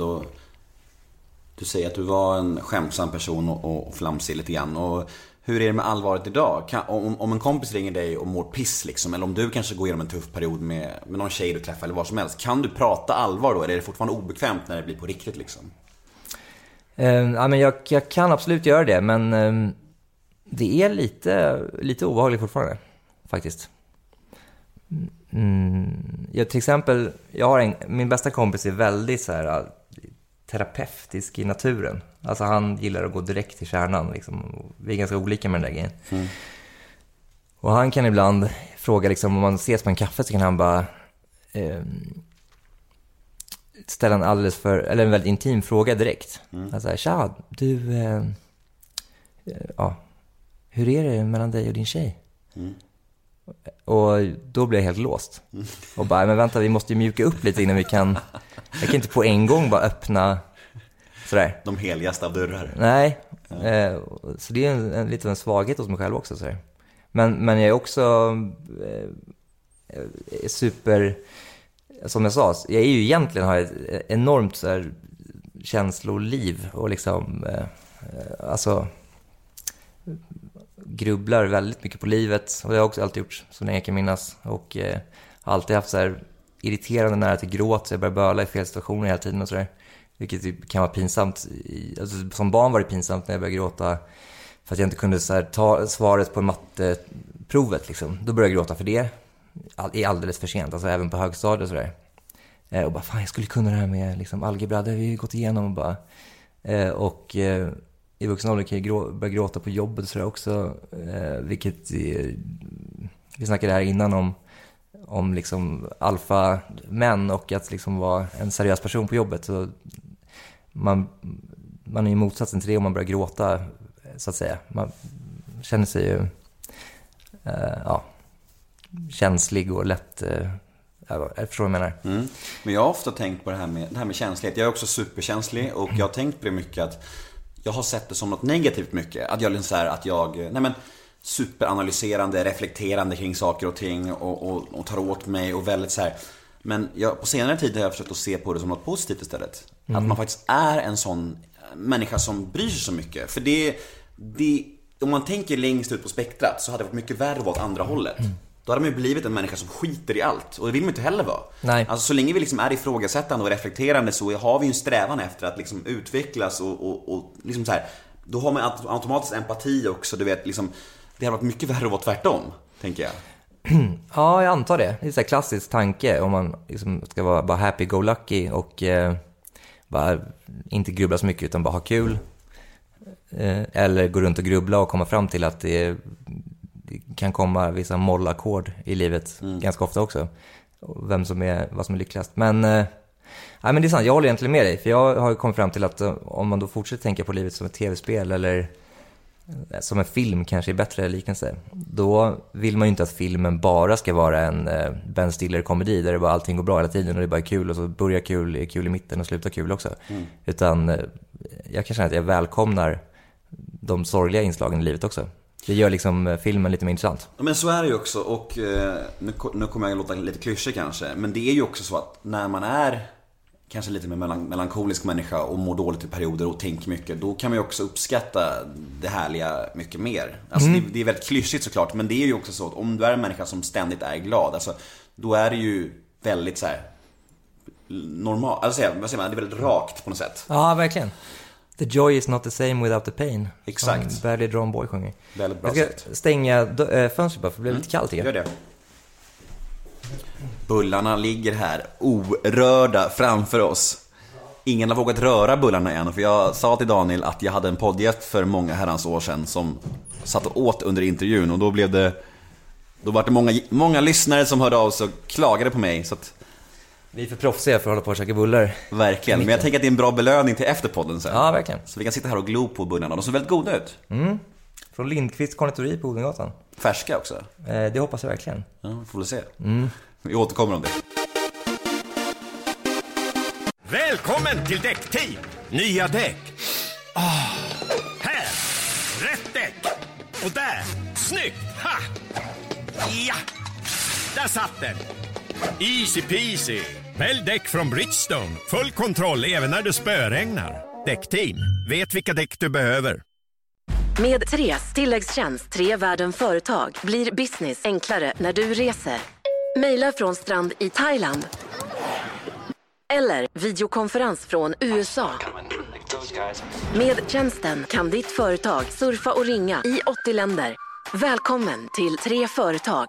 du säger att du var en skämtsam person och flamsig lite grann. Och hur är det med allvaret idag? Om en kompis ringer dig och mår piss liksom, eller om du kanske går igenom en tuff period med någon tjej du träffar eller vad som helst, kan du prata allvar då? Eller är det fortfarande obekvämt när det blir på riktigt liksom? Ja, men jag kan absolut göra det, men det är lite obehagligt fortfarande faktiskt. Till exempel, min bästa kompis är väldigt så här terapeutisk i naturen. Alltså han gillar att gå direkt till kärnan liksom. Vi är ganska olika med den där grejen. Och han kan ibland fråga liksom, om man ses på en kaffe så kan han bara ställa en väldigt intim fråga direkt. Alltså, tja, du, hur är det mellan dig och din tjej? Och då blir jag helt låst. Och bara, men vänta, vi måste ju mjuka upp lite innan jag kan inte på en gång bara öppna sådär. De heligaste av dörrar. Nej, så det är lite en svaghet hos mig själv också. Sådär. Men jag är också super, som jag sa, jag är ju egentligen har ett enormt så här, känsloliv och liksom alltså grubblar väldigt mycket på livet, och det har jag också alltid gjort så länge jag kan minnas, och har alltid haft så här irriterande nära till gråt, så jag börjar böla i fel situationer hela tiden och sådär, vilket kan vara pinsamt. Alltså, som barn var det pinsamt när jag började gråta för att jag inte kunde så här, ta svaret på matteprovet liksom. Då började jag gråta för det är alldeles för sent, alltså även på högstadiet och sådär. Och bara, fan, jag skulle kunna det här med liksom, algebra, det har vi gått igenom och bara i vuxen ålder kan jag börja gråta på jobbet och sådär också, vilket vi snackade här innan om liksom alfa män och att liksom vara en seriös person på jobbet, så man är ju motsatsen till det om man börjar gråta, så att säga. Man känner sig ju känslig och lätt. Jag förstår vad jag menar. Men jag har ofta tänkt på det här med känslighet. Jag är också superkänslig, och jag har tänkt på det mycket, att jag har sett det som något negativt mycket. Att jag är så här, att jag superanalyserande, reflekterande kring saker och ting, och tar åt mig och väldigt så här. Men på senare tid har jag försökt att se på det som något positivt istället. Att man faktiskt är en sån människa som bryr sig så mycket. För det om man tänker längst ut på spektrat, så hade det varit mycket värre att vara åt andra hållet. Då hade man ju blivit en människa som skiter i allt, och det vill man inte heller vara. Nej. Alltså, så länge vi liksom är ifrågasättande och reflekterande, så har vi ju en strävan efter att liksom utvecklas och liksom så här, då har man automatiskt empati också, du vet, liksom, det har varit mycket värre att vara tvärtom, tänker jag. Ja, jag antar det. Det är en sån här klassisk tanke, om man liksom ska vara bara happy-go-lucky och bara inte grubbla så mycket utan bara ha kul. Eller gå runt och grubbla och komma fram till att det kan komma vissa mollackord i livet ganska ofta också. Vad som är lyckligast. Men det är sant, jag håller egentligen med dig. För jag har kommit fram till att om man då fortsätter tänka på livet som ett tv-spel eller som en film, kanske är bättre liknelse, då vill man ju inte att filmen bara ska vara en Ben Stiller-komedi där det bara allting går bra hela tiden och det bara är kul, och så börjar kul, är kul i mitten och slutar kul också. Utan jag kan känna att jag välkomnar de sorgliga inslagen i livet också. Det gör liksom filmen lite mer intressant. Men så är det ju också, och nu kommer jag att låta lite klyschig kanske, men det är ju också så att när man är kanske lite mer melankolisk människa och mår dåligt i perioder och tänker mycket, då kan man ju också uppskatta det härliga mycket mer. Alltså det är väldigt klyschigt såklart, men det är ju också så att om du är en människa som ständigt är glad, alltså, då är det ju väldigt så här normal, alltså vad säger man, det är väldigt rakt på något sätt. Ja, verkligen. The joy is not the same without the pain. Exakt. Som Barely Drawn Boy sjunger. Väldigt bra jag ska stänga fönstret bara för det blir lite kallt. Gör det. Bullarna ligger här orörda framför oss. Ingen har vågat röra bullarna än, för jag sa till Daniel att jag hade en poddgäst för många herrans år sedan som satt och åt under intervjun, och då var det många lyssnare som hörde av sig och klagade på mig, så att vi är för proffsiga för att hålla på och käka bullar. Verkligen, men jag tänker att det är en bra belöning till efterpodden sen. Ja, verkligen. Så vi kan sitta här och glo på bullarna, de ser väldigt goda ut. Från Lindqvists konditori på Odengatan. Färska också. Det hoppas jag verkligen. Ja, vi får väl se. Vi återkommer om det. Välkommen till Däckteam. Nya däck. Här, rätt däck. Och där, snyggt. Ha! Ja, där satt den. Easy peasy. Välj däck från Bridgestone. Full kontroll även när det spöregnar. Däckteam, vet vilka däck du behöver. Med Tres tilläggstjänst 3 världen företag blir business enklare när du reser. Maila från strand i Thailand. Eller videokonferens från USA. Med tjänsten kan ditt företag surfa och ringa i 80 länder. Välkommen till 3 företag.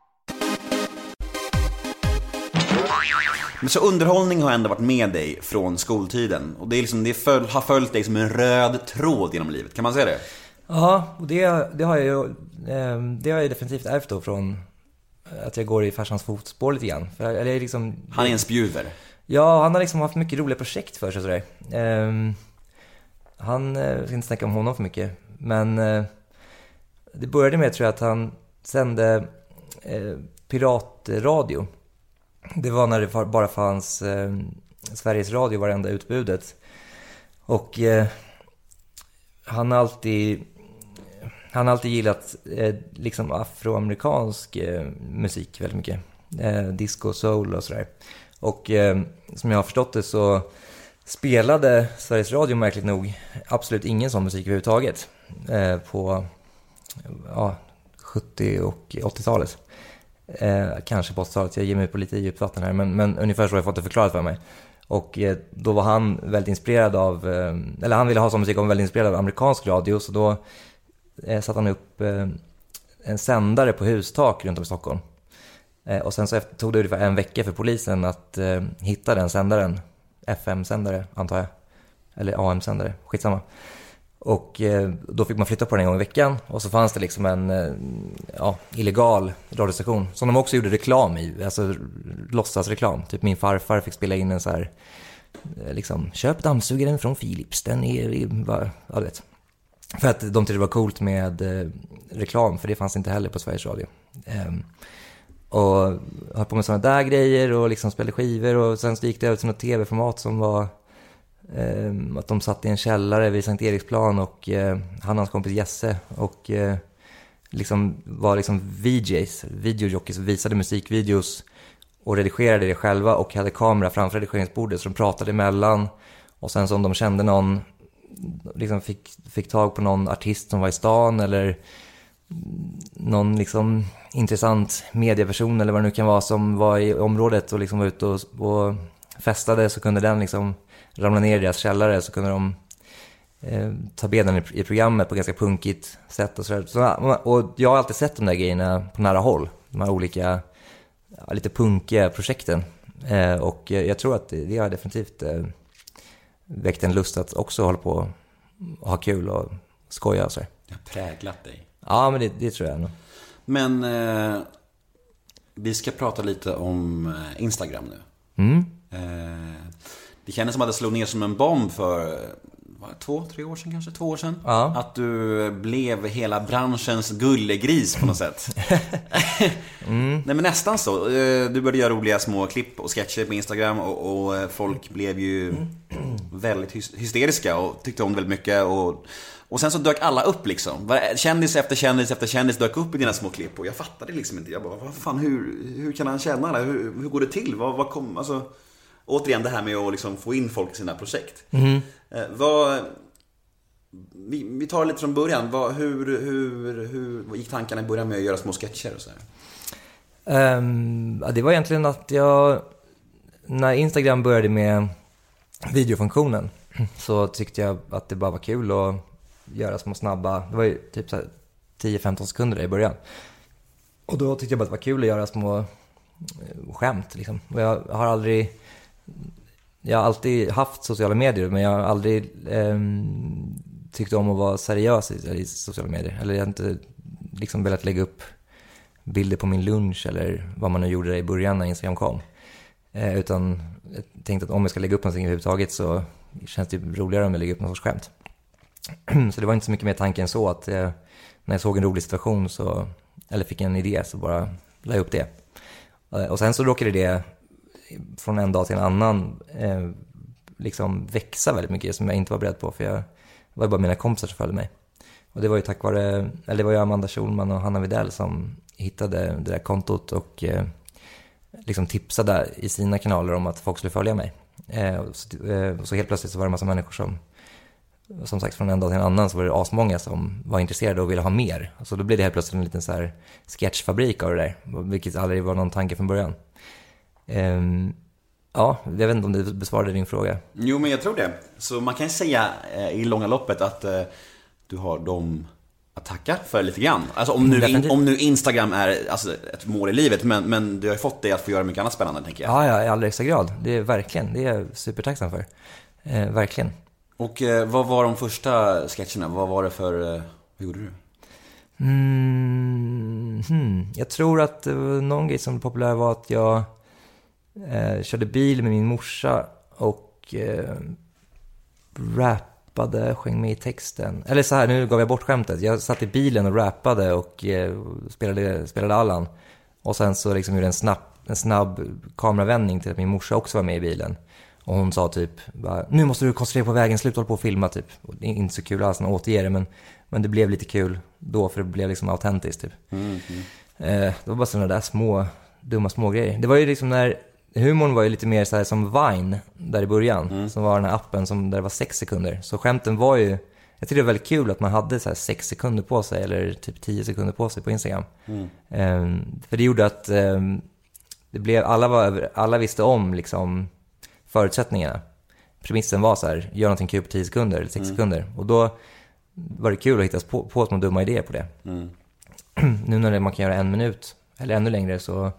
Men så underhållning har ändå varit med dig från skoltiden, och det är liksom, har följt dig som en röd tråd genom livet, kan man säga det? Ja, och det har jag definitivt ärvt då från att jag går i farsans fotspår lite grann. För, eller liksom, han är en spjuver. Ja, han har liksom haft mycket roliga projekt för sig sådär. Han ska inte snacka om honom för mycket. Men det började med, tror jag, att han sände piratradio. Det var när det bara fanns Sveriges Radio var det enda utbudet. Och han har alltid gillat liksom afroamerikansk musik väldigt mycket. Disco, soul och sådär. Och som jag har förstått det så spelade Sveriges Radio märkligt nog absolut ingen sån musik överhuvudtaget på 70- och 80-talet. Kanske på 80-talet, jag ger mig på lite djupt vatten här, men ungefär så har jag fått det förklarat för mig. Och då var han väldigt inspirerad av, eller han ville ha sån musik och var väldigt inspirerad av amerikansk radio, så då satte han upp en sändare på hustak runt om i Stockholm. Och sen så tog det ungefär en vecka för polisen att hitta den sändaren. FM-sändare, antar jag. Eller AM-sändare, skitsamma. Och då fick man flytta på den en gång i veckan. Och så fanns det liksom en illegal radiostation som de också gjorde reklam i. Alltså låtsasreklam. Typ min farfar fick spela in en så här liksom, köp dammsugaren från Philips. Den är bara, ja, du vet. För att de tyckte det var coolt med reklam, för det fanns inte heller på Sveriges Radio. Och höll på med sådana där grejer och liksom spelade skivor. Och sen så gick det över till något tv-format som var att de satt i en källare vid Sankt Eriksplan, och han och hans kompis Jesse och liksom var liksom VJs, videojockeys, visade musikvideos och redigerade det själva och hade kamera framför redigeringsbordet, så de pratade emellan. Och sen så om de kände någon, liksom fick tag på någon artist som var i stan eller någon liksom intressant medieperson eller vad det nu kan vara som var i området och liksom var ute och festade, så kunde den liksom ramla ner i deras källare, så kunde de ta benen i programmet på ganska punkigt sätt och sådär. Och jag har alltid sett de där grejerna på nära håll, de här olika lite punkiga projekten, och jag tror att det har definitivt väckt en lust att också hålla på och ha kul och skoja och så. Det har präglat dig. Ja, men det tror jag nog. Men vi ska prata lite om Instagram nu. Det kändes som att det slog ner som en bomb för 2-3 år sedan, kanske 2 år sedan. Ja. Att du blev hela branschens gullegris på något sätt. Nej, men nästan så. Du började göra roliga små klipp och sketcher på Instagram, och folk blev ju väldigt hysteriska och tyckte om det väldigt mycket. Och sen så dök alla upp liksom. Kändis efter kändis efter kändis dök upp i dina små klipp. Och jag fattade liksom inte. Jag bara, vad fan, hur kan han känna det? Hur går det till? Vad kom, alltså, återigen det här med att liksom få in folk i sina projekt. Vi tar lite från början. Hur gick tankarna i början med att göra små sketcher och så här? Det var egentligen att när Instagram började med videofunktionen, så tyckte jag att det bara var kul att göra små snabba, det var ju typ så här 10-15 sekunder i början. Och då tyckte jag bara att det var kul att göra små skämt liksom. Och jag har alltid haft sociala medier, men jag har aldrig tyckt om att vara seriös i sociala medier. Eller jag har inte liksom velat lägga upp bilder på min lunch eller vad man nu gjorde i början när Instagram kom. Utan jag tänkte att om jag ska lägga upp någonting överhuvudtaget, så känns det roligare om jag lägger upp någon sorts skämt. Så det var inte så mycket mer tanken så att när jag såg en rolig situation eller fick en idé, så bara la jag upp det. Och sen så råkade det från en dag till en annan liksom växa väldigt mycket, som jag inte var beredd på, för det var bara mina kompisar som följde mig. Och det var ju det var ju Amanda Schulman och Hanna Videll som hittade det där kontot och liksom tipsade i sina kanaler om att folk skulle följa mig. Så helt plötsligt så var det en massa människor som sagt, från en dag till en annan så var det asmånga som var intresserade och ville ha mer. Så då blev det helt plötsligt en liten så här sketchfabrik av det där, vilket aldrig var någon tanke från början. Ja, jag vet inte om det besvarade din fråga. Jo, men jag tror det. Så man kan säga i långa loppet att du har dem att tacka för lite grann. Alltså om nu Instagram är alltså ett mål i livet, men du har fått det att få göra mycket annat spännande, tänker jag. Ja, i allra högsta grad. Det är verkligen, det är jag supertacksam för. Verkligen. Och vad var de första sketcherna? Vad var det för... Vad gjorde du? Jag tror att någon grej som var populär var att jag körde bil med min morsa och rappade, sjöng med i texten. Eller så här, nu gav jag bort skämtet. Jag satt i bilen och rappade och spelade Allan. Och sen så liksom gjorde en snabb kameravändning till att min morsa också var med i bilen. Och hon sa typ, bara, nu måste du koncentrera på vägen, sluta hålla på och filma typ. Och det är inte så kul alls att återge det, men det blev lite kul då, för det blev liksom autentiskt typ. Det var bara sådana där dumma små grejer. Det var ju liksom när humorn var ju lite mer så här som Vine där i början, som var den här appen där det var 6 sekunder. Så skämten var ju, jag tyckte det var väldigt kul att man hade så här 6 sekunder på sig eller typ 10 sekunder på sig på Instagram. För det gjorde att det blev, alla visste om liksom förutsättningarna. Premissen var så här, gör någonting kul på 10 sekunder eller 6 sekunder. Och då var det kul att hitta på små dumma idéer på det. Nu när man kan göra 1 minut eller ännu längre så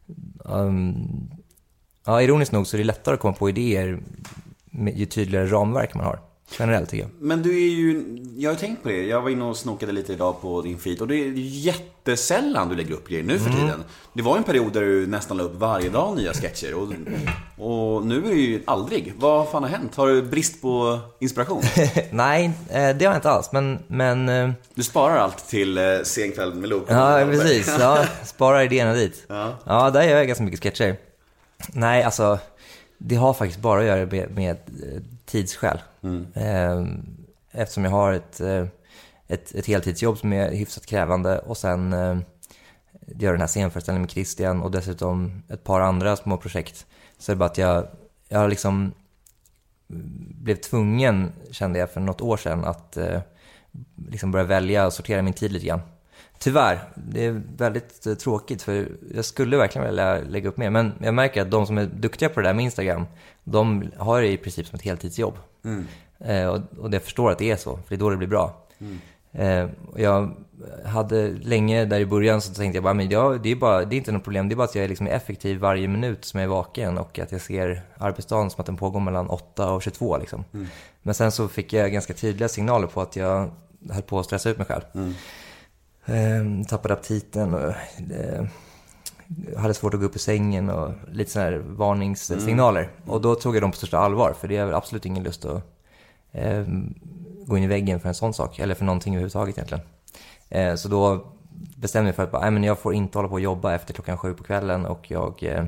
ironiskt nog så är det lättare att komma på idéer med ju tydligare ramverk man har. Generellt tycker jag. Men jag har tänkt på det. Jag var inne och snokade lite idag på din feed. Och det är jättesällan du lägger upp grejer nu för tiden. Det var en period där du nästan la upp varje dag nya sketcher. Och nu är det ju aldrig. Vad fan har hänt? Har du brist på inspiration? Nej, det har jag inte alls. Men du sparar allt till sen kväll med Loke. Ja, precis. Ja, sparar idéerna dit. Ja, där gör jag ganska mycket sketcher. Nej, alltså det har faktiskt bara att göra med tidsskäl. Eftersom jag har ett heltidsjobb som är hyfsat krävande och sen gör den här scenföreställningen med Christian och dessutom ett par andra små projekt, så är det bara att jag liksom blev tvungen, kände jag för något år sedan, att liksom börja välja och sortera min tid lite grann. Tyvärr, det är väldigt tråkigt för jag skulle verkligen vilja lägga upp mer. Men jag märker att de som är duktiga på det där med Instagram, de har det i princip som ett heltidsjobb. Och jag förstår att det är så, för det är då det blir bra. Jag hade länge där i början så tänkte jag bara, men det är inte något problem. Det är bara att jag är liksom effektiv varje minut som jag är vaken och att jag ser arbetsdagen som att den pågår mellan 8 och 22 liksom. Men sen så fick jag ganska tydliga signaler på att jag höll på att stressa ut mig själv. Tappade aptiten och hade svårt att gå upp i sängen och lite sådana här varningssignaler. Och då tog jag dem på största allvar, för det är absolut ingen lust att gå in i väggen för en sån sak, eller för någonting överhuvudtaget egentligen. Så då bestämde jag för att men jag får inte hålla på och jobba efter 7 på kvällen och jag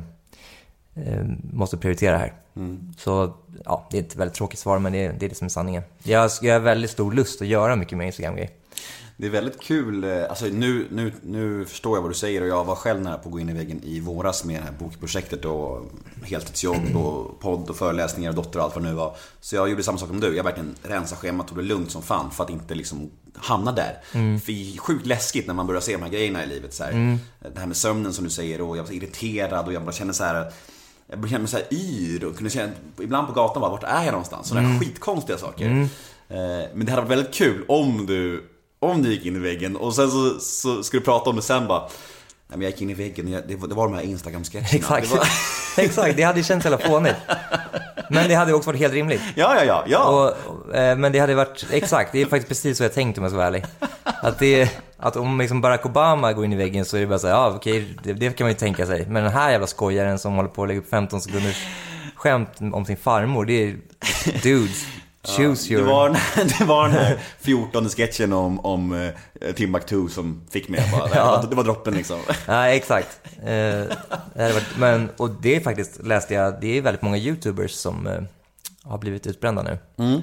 måste prioritera här. Så ja, det är ett väldigt tråkigt svar, men det är det som är sanningen. Jag har väldigt stor lust att göra mycket mer Instagram-grejer. Det är väldigt kul, alltså nu förstår jag vad du säger, och jag var själv nära på att gå in i väggen i våras med det här bokprojektet och heltidsjobb och podd och föreläsningar och dotter och allt vad det nu var. Så jag gjorde samma sak som du, jag verkligen rensade schemat, tog det lugnt som fan för att inte liksom hamna där. För det är sjukt läskigt när man börjar se de här grejerna i livet så här. Det här med sömnen som du säger, och jag var så irriterad och jag bara kände så här. Jag kände mig så här yr och kunde känna ibland på gatan vart är jag någonstans, sådana skitkonstiga saker. Men det hade varit väldigt kul om du gick in i väggen och sen så ska du prata om det sen bara, nej men jag gick in i väggen, det var de här Instagram-sketcherna. Exakt. Exakt, det hade ju känts hela fånigt. Men det hade också varit helt rimligt. Ja. Men det hade varit, exakt, det är faktiskt precis så jag tänkte, om jag ska vara ärlig. Att om liksom Barack Obama går in i väggen så är det bara så här, ja okej, det kan man ju tänka sig. Men den här jävla skojaren som håller på att lägga upp 15 sekunders skämt om sin farmor, det är dudes. Det var den här 14 sketchen om Timbuktu som fick mig bara. Det var droppen liksom. Ja, exakt. Och det är faktiskt, läste jag, det är väldigt många YouTubers som har blivit utbrända nu.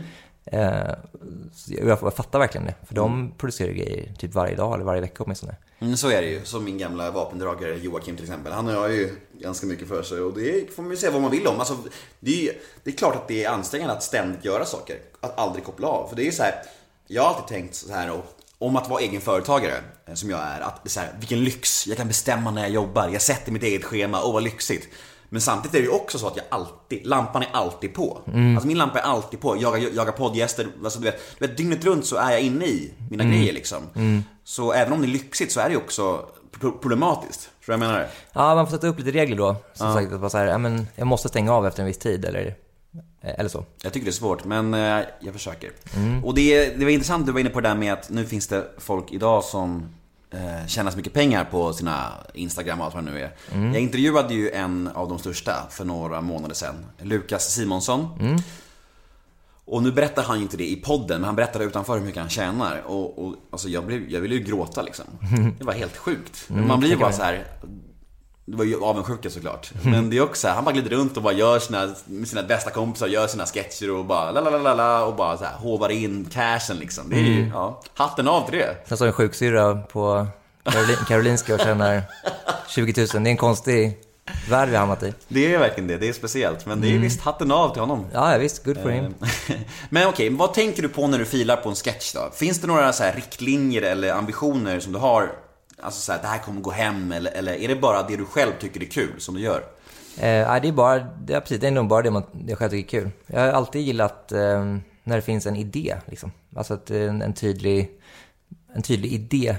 Jag fattar verkligen det. För de producerar grejer typ varje dag eller varje vecka åtminstone. Så är det ju. Som min gamla vapendragare Joakim till exempel. Han har ju ganska mycket för sig. Och det får man ju säga vad man vill om. Alltså, det är klart att det är ansträngande att ständigt göra saker. Att aldrig koppla av. För det är ju så här, jag har alltid tänkt så här om att vara egen företagare som jag är. Att det är så här, vilken lyx. Jag kan bestämma när jag jobbar. Jag sätter mitt eget schema. Vad lyxigt. Men samtidigt är det ju också så att lampan är alltid på. Alltså min lampa är alltid på. Jagar poddgäster, alltså du vet dygnet runt så är jag inne i mina grejer liksom. Så även om det är lyxigt så är det ju också problematiskt. Tror jag menar det? Ja, man får sätta upp lite regler då. Som sagt, att bara så här, men jag måste stänga av efter en viss tid eller så. Jag tycker det är svårt, men jag försöker. Och det var intressant, du var inne på det där med att nu finns det folk idag som tjäna så mycket pengar på sina Instagram och allt vad det nu är. Jag intervjuade ju en av de största för några månader sedan, Lukas Simonsson. Och nu berättar han ju inte det i podden, men han berättade utanför hur mycket han tjänar. Och alltså jag ville ju gråta liksom. Det var helt sjukt. Man blir ju bara så här. Det var ju avundsjuka såklart. Men det är också så här, han bara glider runt och bara gör sina bästa kompisar, gör sina sketcher och bara la och bara så här hovar in cashen liksom. Det är ju, hatten av till det. Sen så en sjuksyrra på Karolinska och tjänar 20 000. Det är en konstig värld vi har hamnat i. Det är verkligen det är speciellt. Men det är visst hatten av till honom. Ja visst, good for him. Men okej, vad tänker du på när du filar på en sketch då? Finns det några så här riktlinjer eller ambitioner som du har? Alltså så här, det här kommer gå hem. Eller är det bara det du själv tycker är kul som du gör? Nej, det är nog bara det jag själv tycker är kul. Jag har alltid gillat när det finns en idé liksom. Alltså att en tydlig idé.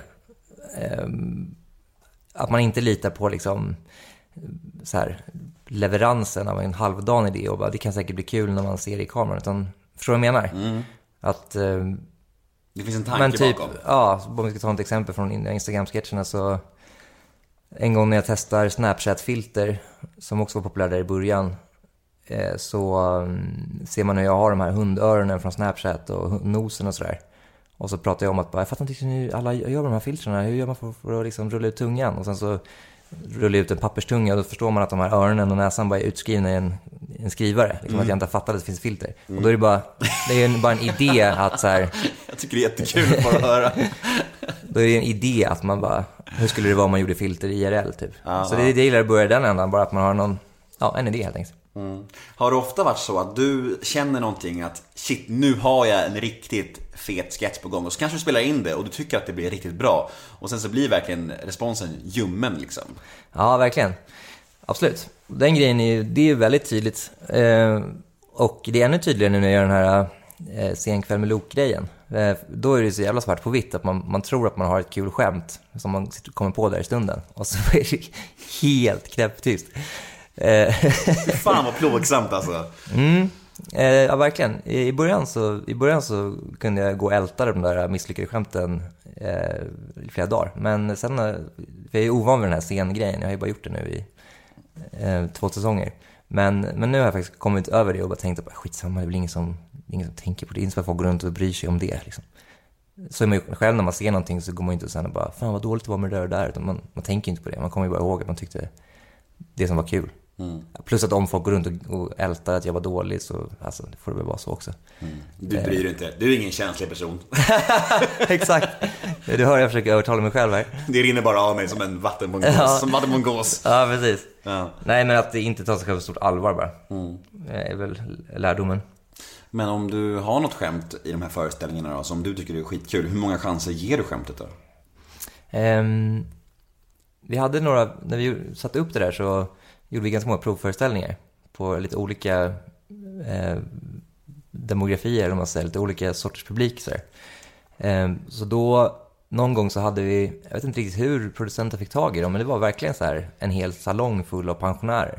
Att man inte litar på liksom så här leveransen av en halvdan idé och bara, det kan säkert bli kul när man ser det i kameran, utan förstår du vad jag menar? Att det finns en tanke bakom. Ja, om vi ska ta ett exempel från Instagram-sketcherna, så en gång när jag testar Snapchat-filter som också var populärt där i början, så ser man hur jag har de här hundöronen från Snapchat och nosen och sådär. Och så pratar jag om att jag fattar inte hur alla gör de här filtrarna. Hur gör man för att liksom rulla ut tungan? Och sen så rullar ut en papperstunga och då förstår man att de här öronen och näsan bara är utskrivna i en skrivare. Liksom att jag inte har fattat att det finns filter. Och då är det bara en idé att så här... Jag tycker det är jättekul att bara höra. Då är det en idé att man bara... Hur skulle det vara om man gjorde filter i IRL typ? Så det gillar att börja den ändan. Bara att man har en idé helt enkelt. Har det ofta varit så att du känner någonting att shit, nu har jag en riktigt fet sketch på gång, och så kanske du spelar in det och du tycker att det blir riktigt bra, och sen så blir verkligen responsen ljummen liksom? Ja, verkligen. Absolut. Den grejen det är väldigt tydligt. Och det är ännu tydligare nu när jag gör den här sen kväll med Lok-grejen. Då är det så jävla svart på vitt att man tror att man har ett kul skämt som man kommer på där i stunden, och så är det helt knäpptyst. Fan vad plågsamt alltså. Ja, verkligen. I början så kunde jag gå och älta de där misslyckade skämten i flera dagar. Men sen, för jag är ovan vid den här scengrejen. Jag har ju bara gjort det nu i 2 säsonger. Men nu har jag faktiskt kommit över det och bara tänkt att skitsamma, det blir ingen som tänker på det. Inte för att folk går runt och bryr sig om det liksom. Så är man ju själv, när man ser någonting så går man inte och sen och bara, fan vad dåligt det var med det där. Utan man tänker inte på det. Man kommer ju bara ihåg att man tyckte det som var kul. Plus att om folk går runt och ältar att jag var dålig, så alltså, det får det väl vara så också. Du bryr dig inte, du är ingen känslig person. Exakt. Du hör, jag försöker övertala mig själv här. Det rinner bara av mig som en vatten på en gås. Ja. Som vatten på en gås. Ja, precis. Ja. Nej, men att det inte tar sig själv stort allvar bara. Är väl lärdomen. Men om du har något skämt i de här föreställningarna då, som du tycker är skitkul, hur många chanser ger du skämtet då? Vi hade några, när vi satte upp det där så gjorde vi ganska många provföreställningar på lite olika demografier, om man säger, lite olika sorters publik så här. Så då någon gång så hade vi, jag vet inte riktigt hur producenten fick tag i dem, men det var verkligen så här en hel salong full av pensionärer.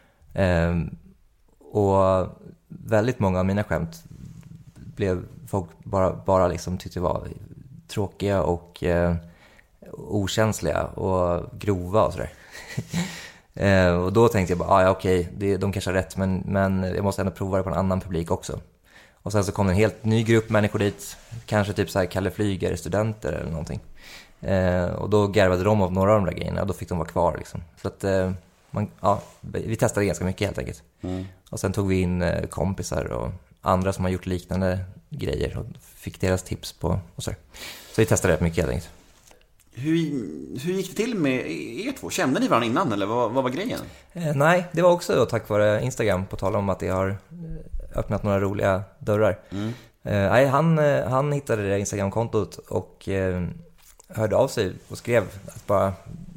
Och väldigt många av mina skämt blev folk bara liksom tyckte var tråkiga och okänsliga och grova och sådär. Och då tänkte jag bara, okej, de kanske har rätt, men jag måste ändå prova det på en annan publik också. Och sen så kom en helt ny grupp människor dit, kanske typ så här Kalle Flyger, studenter eller någonting. Och då garvade de av några av de där grejerna och då fick de vara kvar liksom. Så att vi testade ganska mycket helt enkelt. Och sen tog vi in kompisar och andra som har gjort liknande grejer och fick deras tips på och så vi testade rätt mycket helt enkelt. Hur gick det till med er två? Kände ni varandra innan eller vad var grejen? Nej, det var också då tack vare Instagram, på tal om att det har öppnat några roliga dörrar. Nej, han hittade det Instagram-kontot och hörde av sig och skrev att bara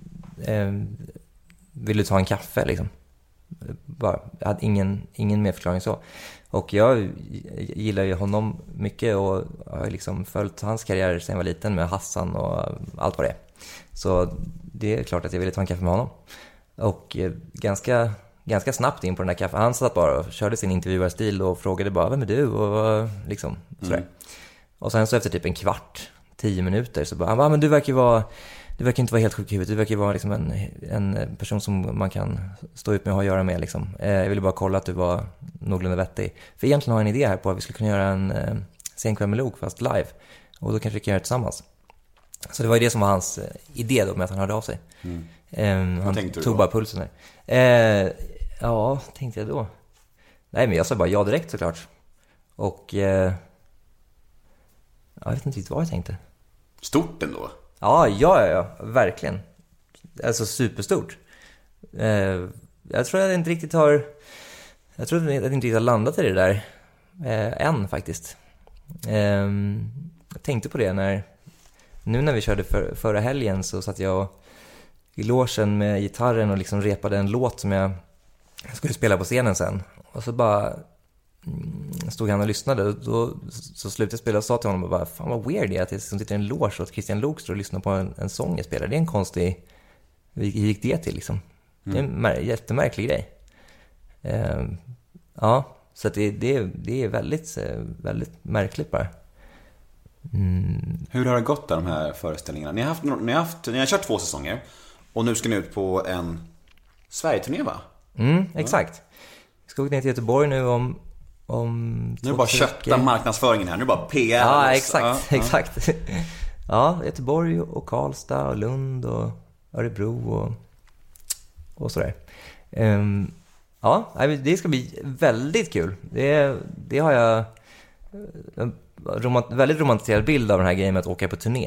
vill du ta en kaffe liksom. Bara, jag hade ingen mer förklaring så. Och jag gillar ju honom mycket och har liksom följt hans karriär sedan jag var liten med Hassan och allt vad det är. Så det är klart att jag ville ta en kaffe med honom. Och ganska snabbt in på den där kaffen. Han satt bara och körde sin intervjuarstil och frågade bara, vem är du? Och liksom sådär. Och sen så efter typ en kvart, 10 minuter så bara, han bara, men du verkar vara det verkar inte vara helt sjuk i huvudet. Det verkar vara liksom en person som man kan stå ut med och ha att göra med liksom. Jag ville bara kolla att du var någorlunda vettig. För egentligen har jag en idé här på att vi skulle kunna göra en scenkväll med Lok fast live. Och då kanske vi kan göra det tillsammans. Så det var ju det som var hans idé då, med att han hörde av sig. Han tog bara pulsen där. Ja, tänkte jag då. Nej, men jag sa bara ja direkt såklart. Och jag vet inte riktigt vad jag tänkte. Stort ändå. Ja, verkligen. Alltså superstort. Jag tror att jag inte riktigt har landat i det där än faktiskt. Jag tänkte på det nu när vi körde förra helgen, så satt jag i logen med gitarren och liksom repade en låt som jag skulle spela på scenen sen. Och så bara stod han och lyssnade, och då så slutade jag spela och sa till honom bara, fan vad weird det är att jag som sitter i en loge och att Christian Lok står och lyssnar på en sång jag spelar. Det är en konstig, hur gick det till liksom? Det är en jättemärklig grej. Ja, så att det är väldigt, väldigt märkligt bara. Hur har det gått där, de här föreställningarna? Ni har kört 2 säsonger och nu ska ni ut på en Sverige-turné, va? Exakt. Vi ska åka ner till Göteborg nu om nu är det bara kötta marknadsföringen här. Nu är det bara PR. Ja, exakt. Ja, Göteborg och Karlstad och Lund och Örebro och sådär. Ja, det ska bli väldigt kul. Det har jag väldigt romantiserad bild av den här grejen med att åka på turné.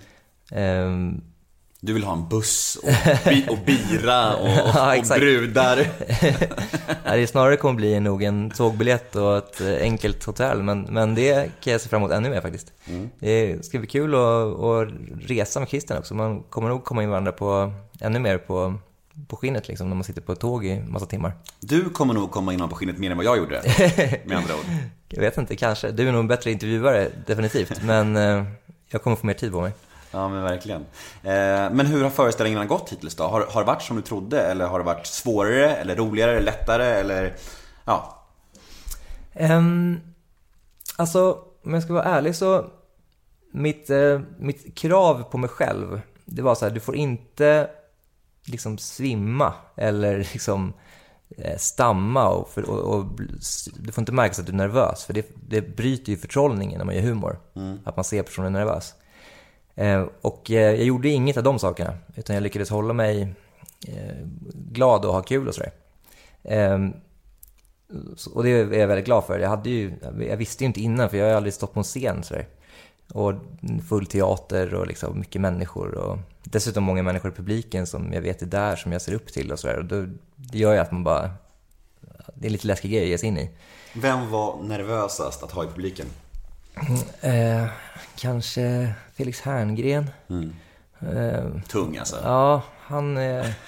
Du vill ha en buss och bira och brudar. Det är snarare kommer bli nog en tågbiljett och ett enkelt hotell, men det kan jag se fram emot ännu mer faktiskt. Det ska bli kul att resa med Christian också. Man kommer nog komma in varandra på ännu mer på skinnet liksom, när man sitter på ett tåg i massa timmar. Du kommer nog komma in på skinnet mer än vad jag gjorde, med andra ord. Jag vet inte, kanske. Du är nog en bättre intervjuare, definitivt. Men jag kommer få mer tid på mig. Ja, men verkligen. Men hur har föreställningarna gått hittills då? Har det varit som du trodde? Eller har det varit svårare? Eller roligare? Eller lättare? Eller, ja. Alltså, om jag ska vara ärlig så mitt krav på mig själv, det var så här: du får inte liksom svimma eller liksom stamma och du får inte märka att du är nervös, för det bryter ju förtrollningen när man gör humor, att man ser personen nervös. Och jag gjorde inget av de sakerna, utan jag lyckades hålla mig glad och ha kul och sådär. Och det är jag väldigt glad för. Jag visste ju inte innan, för jag har aldrig stått på en scen sådär. Och full teater och liksom mycket människor, och dessutom många människor i publiken som jag vet är där, som jag ser upp till och sådär. Och det gör ju att man bara, det är lite läskig grej att ge sig in i. Vem var nervösast att ha i publiken? Kanske Felix Herngren. Tung alltså. Ja, han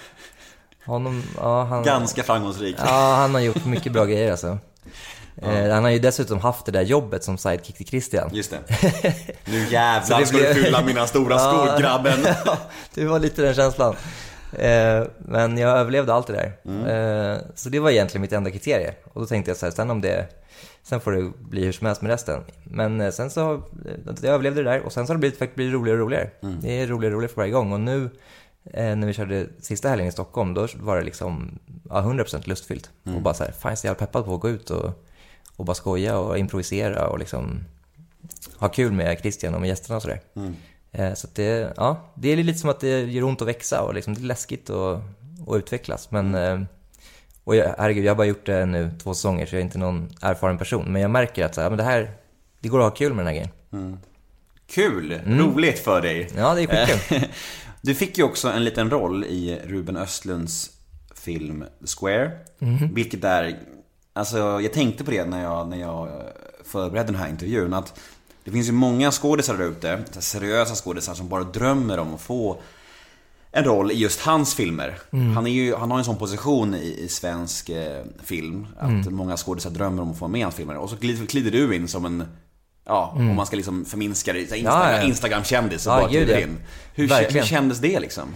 ganska framgångsrik. Ja, han har gjort mycket bra grejer alltså. Han har ju dessutom haft det där jobbet som sidekick till Christian. Just det. Nu jävlar ska du fylla mina stora skor, grabben. Ja, det var lite den känslan. Men jag överlevde allt det där. Så det var egentligen mitt enda kriterie. Och då tänkte jag så här, sen får det bli hur som helst med resten. Men sen så jag överlevde det där, och sen så har det blivit roligare och roligare. Det är roligare för varje gång. Och nu när vi körde sista helgen i Stockholm, då var det liksom 100% lustfyllt. Och bara så här, fan, jag är jävla peppad på att gå ut och bara skoja och improvisera och liksom ha kul med Christian och med gästerna och sådär. Så att det är lite som att det gör ont att växa, och liksom det är läskigt att utvecklas. Men och jag har bara gjort det nu 2 säsonger, så jag är inte någon erfaren person, men jag märker att så här, men det går att ha kul med den här grejen. Kul, roligt för dig. Ja, det är skitkul. Du fick ju också en liten roll i Ruben Östlunds film Square, vilket är, alltså jag tänkte på det när jag förberedde den här intervjun, att det finns ju många skådespelare där ute, seriösa skådespelare, som bara drömmer om att få en roll i just hans filmer. Han har en sån position i svensk film, att många skådespelare drömmer om att få med hans filmer. Och så glider du in som en, om man ska liksom förminska det, Instagram-kändis, och bara glider in. Hur kändes det liksom?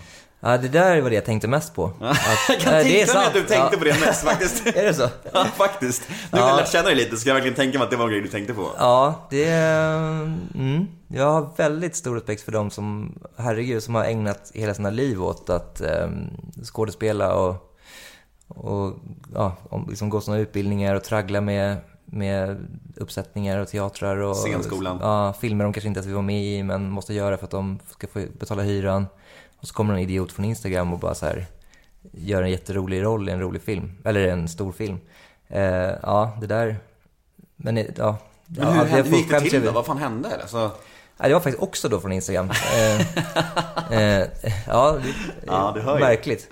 Ja, det där var det jag tänkte mest på. Jag kan tänka mig att du tänkte på det mest faktiskt. Är det så? Ja, faktiskt. Nu vill jag känna dig lite, så jag verkligen tänka mig att det var en grej du tänkte på. Ja, jag har väldigt stor respekt för dem som, herregud, som har ägnat hela sina liv åt att skådespela och liksom gå sådana utbildningar och traggla med uppsättningar och teatrar och scenskolan. Ja, filmer de kanske inte ens vill vara med i men måste göra för att de ska få betala hyran. Och så kommer en idiot från Instagram och bara så här gör en jätterolig roll i en rolig film eller en stor film. Ja, det där. Men ja. Men hur gick det till då? Vad fan hände eller? Så... Ja, det var faktiskt också då från Instagram. Ja, det hör märkligt.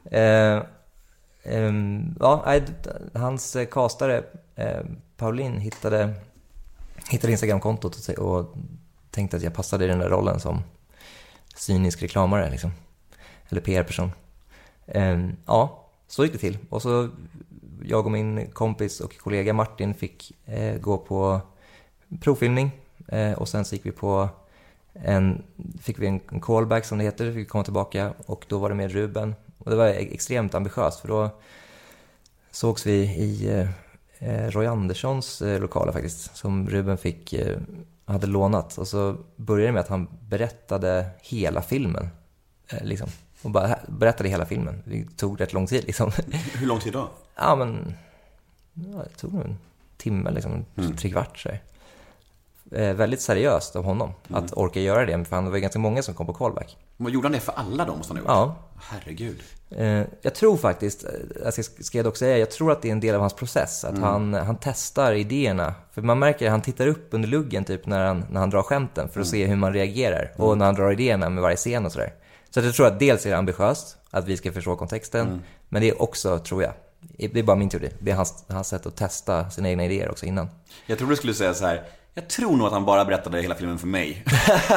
Hans castare Pauline hittade Instagram-kontot och tänkte att jag passade i den där rollen som cynisk reklamare liksom. Eller PR-person. Ja, så gick det till. Och så jag och min kompis och kollega Martin fick gå på provfilmning. Och sen så gick vi på fick vi en callback som det heter. Vi fick komma tillbaka och då var det med Ruben. Och det var extremt ambitiöst för då sågs vi i Roy Anderssons lokaler faktiskt. Som Ruben hade lånat. Och så började det med att han berättade hela filmen. Liksom. Och bara berättade hela filmen. Det tog rätt lång tid liksom. Hur lång tid då? Ja, men det tog nog en timme liksom, 3/4 så här. Väldigt seriöst av honom att orka göra det, för det var ganska många som kom på callback. Men gjorde han det för alla dem måste han ha gjort? Ja. Herregud. Jag tror faktiskt, ska jag dock säga, jag tror att det är en del av hans process att han testar idéerna. För man märker att han tittar upp under luggen typ när han drar skämten för att se hur man reagerar och när han drar idéerna med varje scen och sådär. Så jag tror att dels är det ambitiöst att vi ska förstå kontexten, men det är också, tror jag, det är bara min teori, det är hans sätt att testa sina egna idéer också innan. Jag tror du skulle säga så här: jag tror nog att han bara berättade hela filmen för mig.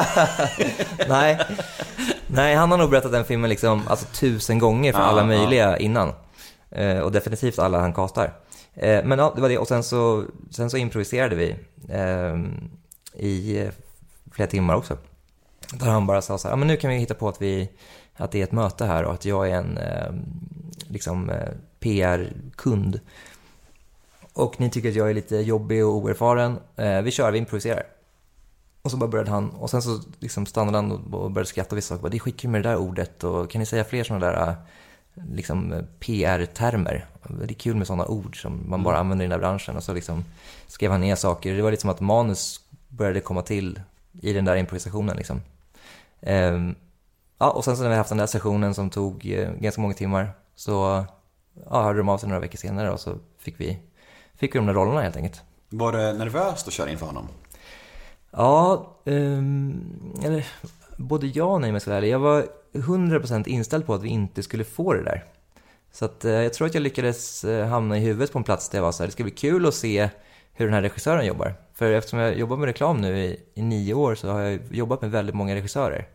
Nej, han har nog berättat den filmen liksom, alltså 1000 gånger för alla möjliga innan. Och definitivt alla han castar. Men ja, det var det. Och sen så improviserade vi i flera timmar också. Där han bara sa så här: men nu kan vi hitta på att det är ett möte här och att jag är en PR-kund. Och ni tycker att jag är lite jobbig och oerfaren. Vi improviserar. Och så bara började han. Och sen så liksom stannade han och började skratta vissa saker. Det är skitkul med det där ordet. Och kan ni säga fler sådana där liksom PR-termer? Det är kul med sådana ord som man bara använder i den där branschen. Och så liksom skrev han ner saker. Det var lite som att manus började komma till i den där improvisationen liksom. Ja, och sen så när vi haft den där sessionen som tog ganska många timmar. Så hörde de av sig några veckor senare. Och så fick vi de där rollerna helt enkelt. Var det nervöst att köra inför honom? Ja, eller både ja och nej, men så där. Jag var 100% inställd på att vi inte skulle få det där. Så att jag tror att jag lyckades hamna i huvudet på en plats där jag var så här: det ska bli kul att se hur den här regissören jobbar. För eftersom jag jobbar med reklam nu i 9 år så har jag jobbat med väldigt många regissörer.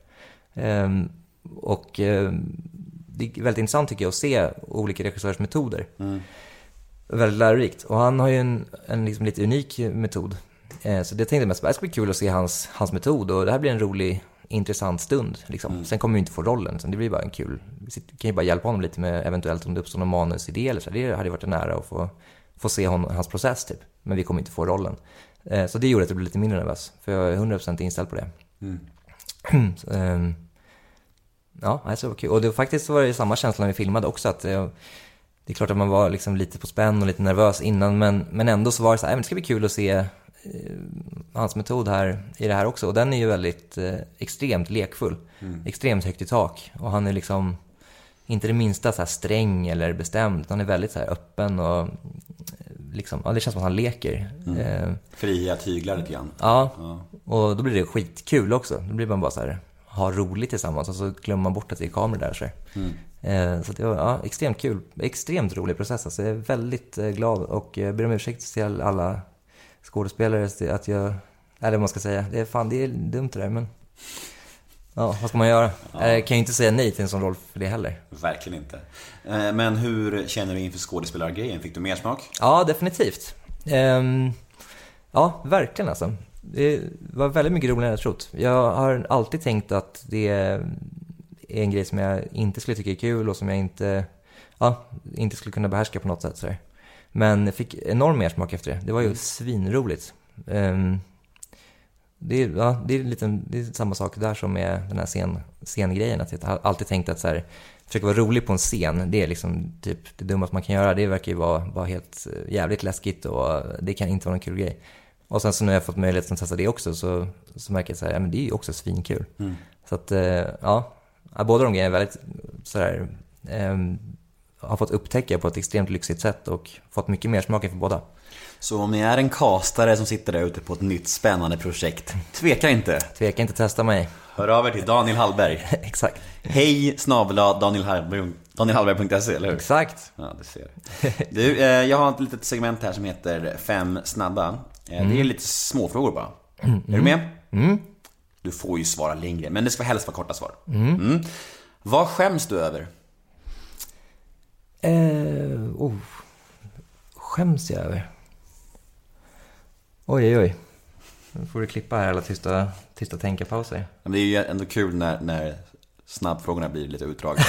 Och det är väldigt intressant tycker jag att se olika regissörers metoder. Väldigt lärorikt. Och han har ju en liksom lite unik metod. Så det tänkte jag mest, det ska bli kul att se hans metod. Och det här blir en rolig, intressant stund liksom. Sen kommer vi inte få rollen, så det blir bara en kul. Vi kan ju bara hjälpa honom lite med eventuellt om det uppstår någon manusidé eller så. Det hade varit nära att få se hans process typ. Men vi kommer inte få rollen. Så det gjorde att jag blev lite mindre nervös. För jag är 100% inställd på det. Så, ja, så var kul. Och det faktiskt var det samma känsla när vi filmade också, att det är klart att man var liksom lite på spänn och lite nervös innan, men ändå så var det så här, det ska bli kul att se hans metod här i det här också. Och den är ju väldigt extremt lekfull, extremt högt i tak. Och han är liksom inte det minsta så här sträng eller bestämd, han är väldigt så här öppen och liksom, det känns som att han leker. Fria tyglar lite grann. Ja, och då blir det skitkul också. Då blir man bara så här, ha roligt tillsammans och så glömmer man bort att det är kameror där så. Så det var extremt kul, extremt rolig process. Alltså jag är väldigt glad och ber om ursäkt till alla skådespelare att jag, eller vad man ska säga, det är dumt det där, men ja, vad ska man göra? Jag kan ju inte säga nej till en sån roll för det heller. Verkligen inte. Men hur känner du inför skådespelargrejen? Fick du mer smak? Ja, definitivt. Ja, verkligen alltså. Det var väldigt mycket roligare än jag trott. Jag har alltid tänkt att det är en grej som jag inte skulle tycka är kul och som jag inte skulle kunna behärska på något sätt. Så där. Men jag fick enorm mer smak efter det. Det var ju svinroligt. Det är samma sak där som med den här scengrejen. Att jag har alltid tänkt att så här, försöka vara rolig på en scen, det är liksom typ det dummaste man kan göra. Det verkar ju vara helt jävligt läskigt och det kan inte vara någon kul grej. Och sen så när jag har fått möjlighet att testa det också så märker jag så här, men det är ju också svinkul. Så att båda de grejerna är väldigt så här, har fått upptäcka på ett extremt lyxigt sätt och fått mycket mer smak för båda. Så om ni är en castare som sitter där ute på ett nytt spännande projekt, tveka inte, testa mig. Hör av er till Daniel Hallberg. Exakt. Hej danielhallberg.se, eller hur? Exakt. Ja, det ser du. Jag har ett litet segment här som heter 5 snabba. Det är lite småfrågor bara. Är du med? Du får ju svara längre, men det ska helst vara korta svar. Vad skäms du över? Skäms jag över? Oj. Nu får du klippa här alla tysta tänka-pauser. Men det är ju ändå kul när snabbfrågorna blir lite utdragna.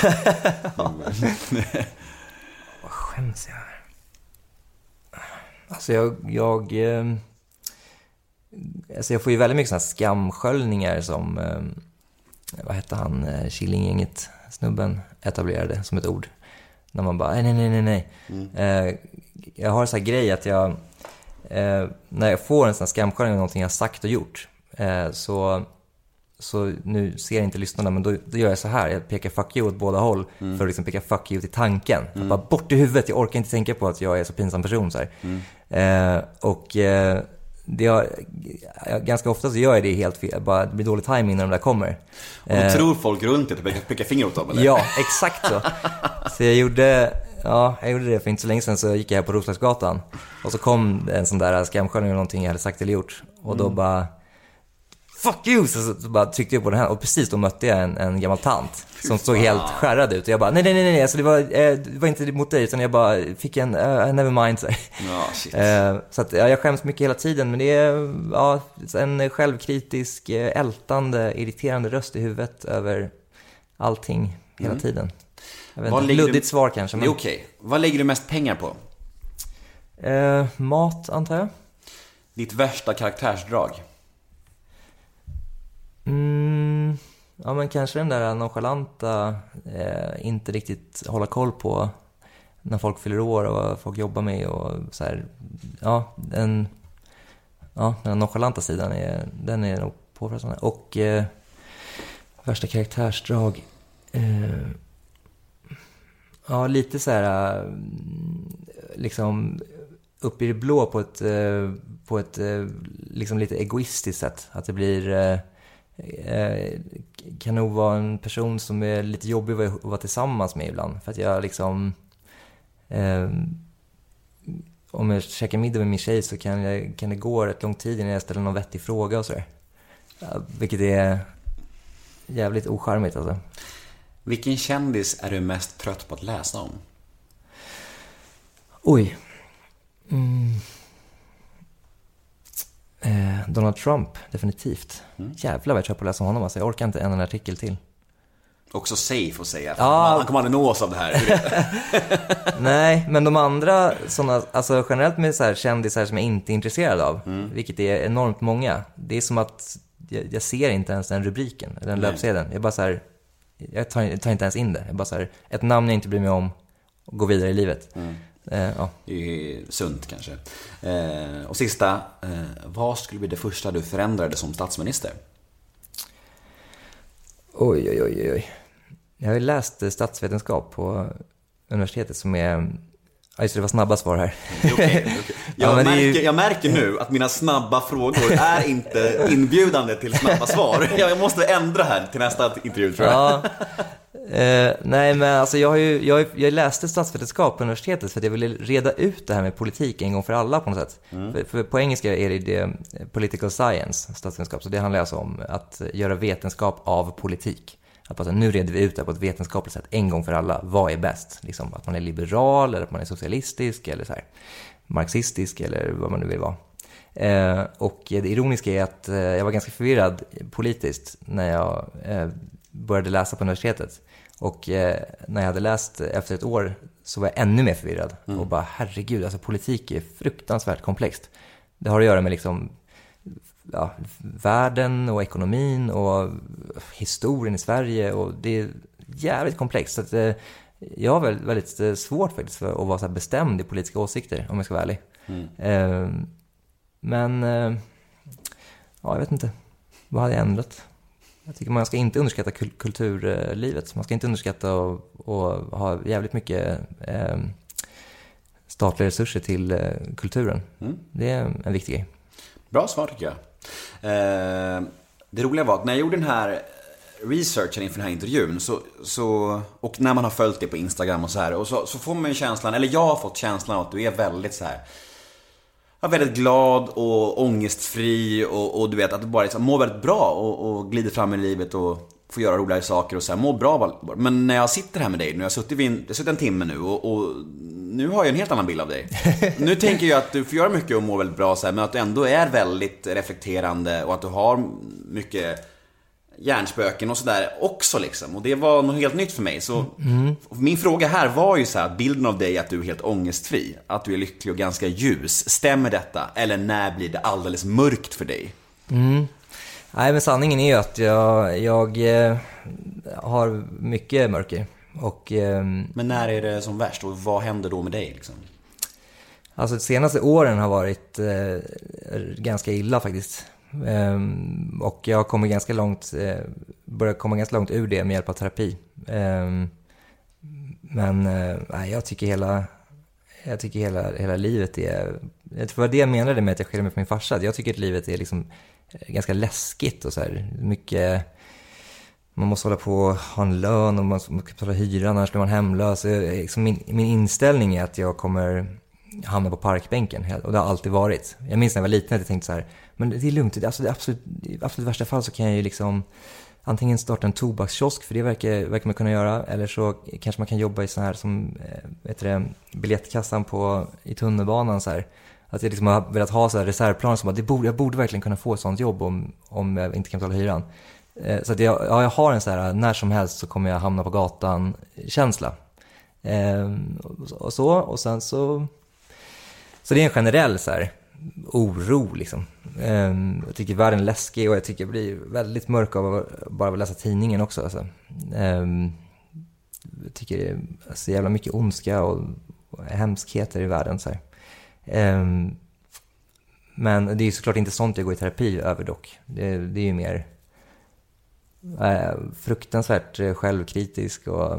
Vad skäms jag över? Alltså jag får ju väldigt mycket såna skamsköljningar som vad hette han, Killinggänget snubben etablerade som ett ord. När man bara nej. Jag har en sån här grej att jag när jag får en sån här skamsköljning av någonting jag har sagt och gjort, så nu ser inte lyssnarna, men då gör jag så här. Jag pekar fuck you åt båda håll för att liksom peka fuck you till tanken. Bara bort i huvudet, jag orkar inte tänka på att jag är så pinsam person så här. Ganska ofta så gör jag det helt fel. Bara, det blir dålig timing när de där kommer. Och då tror folk runt det och pekar finger åt dem, eller? Ja, exakt så. Så jag gjorde det för inte så länge sedan. Så gick jag här på Roslagsgatan och så kom en sån där skamsköljning eller någonting jag hade sagt eller gjort. Och då bara fuck you, så bara tryckte jag på den här. Och precis då mötte jag en gammal tant som såg helt skärrad ut. Och jag bara nej, alltså det var inte mot dig, utan jag bara fick en never mind så. Så att jag skäms mycket hela tiden. Men det är en självkritisk, ältande, irriterande röst i huvudet över allting hela tiden. Jag vet inte, luddigt svar kanske, men det är okej. Vad lägger du mest pengar på? Mat, antar jag. Ditt värsta karaktärsdrag? Ja, men kanske den där nonchalanta, inte riktigt hålla koll på när folk fyller år och vad folk jobbar med och så här. Den nonchalanta sidan är nog påfrestande. Och värsta karaktärsdrag, lite så här liksom upp i det blå på ett liksom lite egoistiskt sätt. Att det blir kan nog vara en person som är lite jobbig att vara tillsammans med ibland. För att jag liksom om jag käkar middag med min tjej så kan det gå rätt lång tid innan jag ställer någon vettig fråga och sådär. Vilket är jävligt ocharmigt alltså. Vilken kändis är du mest trött på att läsa om? Oj. Donald Trump, definitivt. Jävlar vad jag tror på att läsa om honom. Alltså, jag orkar inte en artikel till. Också safe att säga. Han kommer aldrig nå oss av det här. Nej, men de andra såna, alltså generellt med så här kändisar som jag inte är intresserad av, vilket är enormt många. Det är som att jag ser inte ens den rubriken, den löpsedeln. Jag bara så här, jag tar inte ens in det. Jag bara så här, ett namn jag inte bryr mig om och går vidare i livet. Det är sunt kanske. Och sista, vad skulle bli det första du förändrade som statsminister? Oj. Jag har ju läst statsvetenskap på universitetet som är... Just det, var snabba svar här. Okay. Jag märker nu att mina snabba frågor är inte inbjudande till snabba svar. Jag måste ändra här till nästa intervju, tror jag. Nej, men alltså jag läste statsvetenskap på universitetet för att jag ville reda ut det här med politik en gång för alla på något sätt. För på engelska är det political science, statsvetenskap. Så det handlar alltså om att göra vetenskap av politik. Att bara, nu reder vi ut det på ett vetenskapligt sätt en gång för alla. Vad är bäst? Liksom, att man är liberal eller att man är socialistisk eller så här, marxistisk eller vad man nu vill vara. Och det ironiska är att jag var ganska förvirrad politiskt när jag började läsa på universitetet. Och när jag hade läst efter ett år så var jag ännu mer förvirrad. Och bara, herregud, alltså politik är fruktansvärt komplext. Det har att göra med liksom, världen och ekonomin och historien i Sverige. Och det är jävligt komplext. Så att, jag har väldigt svårt faktiskt för att vara så här bestämd i politiska åsikter, om jag ska vara ärlig. Men jag vet inte. Vad hade jag ändrat? Jag tycker man ska inte underskatta kulturlivet. Man ska inte underskatta och ha jävligt mycket statliga resurser till kulturen. Det är en viktig grej. Bra svar tycker jag. Det roliga var att när jag gjorde den här researchen inför den här intervjun så och när man har följt det på Instagram och så här, och så får man ju känslan, eller jag har fått känslan att du är väldigt så här, väldigt glad och ångestfri och du vet att du bara liksom mår väldigt bra och glider fram i livet och får göra roliga saker och så här, mår bra. Men när jag sitter här med dig, nu har jag suttit en timme nu och nu har jag en helt annan bild av dig. Nu tänker jag att du får göra mycket och mår väldigt bra så här, men att du ändå är väldigt reflekterande och att du har mycket hjärnspöken och sådär också liksom. Och det var något helt nytt för mig. Så min fråga här var ju så här, bilden av dig att du är helt ångestfri, att du är lycklig och ganska ljus. Stämmer detta? Eller när blir det alldeles mörkt för dig? Nej, men sanningen är ju att jag har mycket mörker. Och, men när är det som värst och vad händer då med dig liksom? Alltså de senaste åren har varit ganska illa faktiskt. Och jag kommer börjar komma ganska långt ur det med hjälp av terapi. Men jag tycker hela livet är, jag tror det var det jag menade med att jag skiljer mig från min farsa. Jag tycker att livet är liksom ganska läskigt och så här mycket. Man måste hålla på och ha en lön och man ska betala hyran, annars blir man hemlös. Liksom min inställning är att jag kommer hamna på parkbänken, och det har alltid varit. Jag minns när jag var liten att jag tänkte så här, men det är lugnt, alltså det absolut värsta fall så kan jag ju liksom antingen starta en tobakskiosk, för det verkar man kunna göra, eller så kanske man kan jobba i så här som biljettkassan i tunnelbanan så här. Att jag liksom har velat ha så här reservplaner som att jag borde verkligen kunna få ett sånt jobb om jag inte kan betala hyran. Så att jag har en så här, när som helst så kommer jag hamna på gatan känsla. Och sen så det är en generell så här oro liksom. Jag tycker världen är läskig och jag tycker jag blir väldigt mörk av att bara läsa tidningen också alltså. Jag tycker det är så jävla mycket ondska och hemskheter i världen så här. Men det är såklart inte sånt jag går i terapi över dock. Det är ju mer fruktansvärt självkritisk och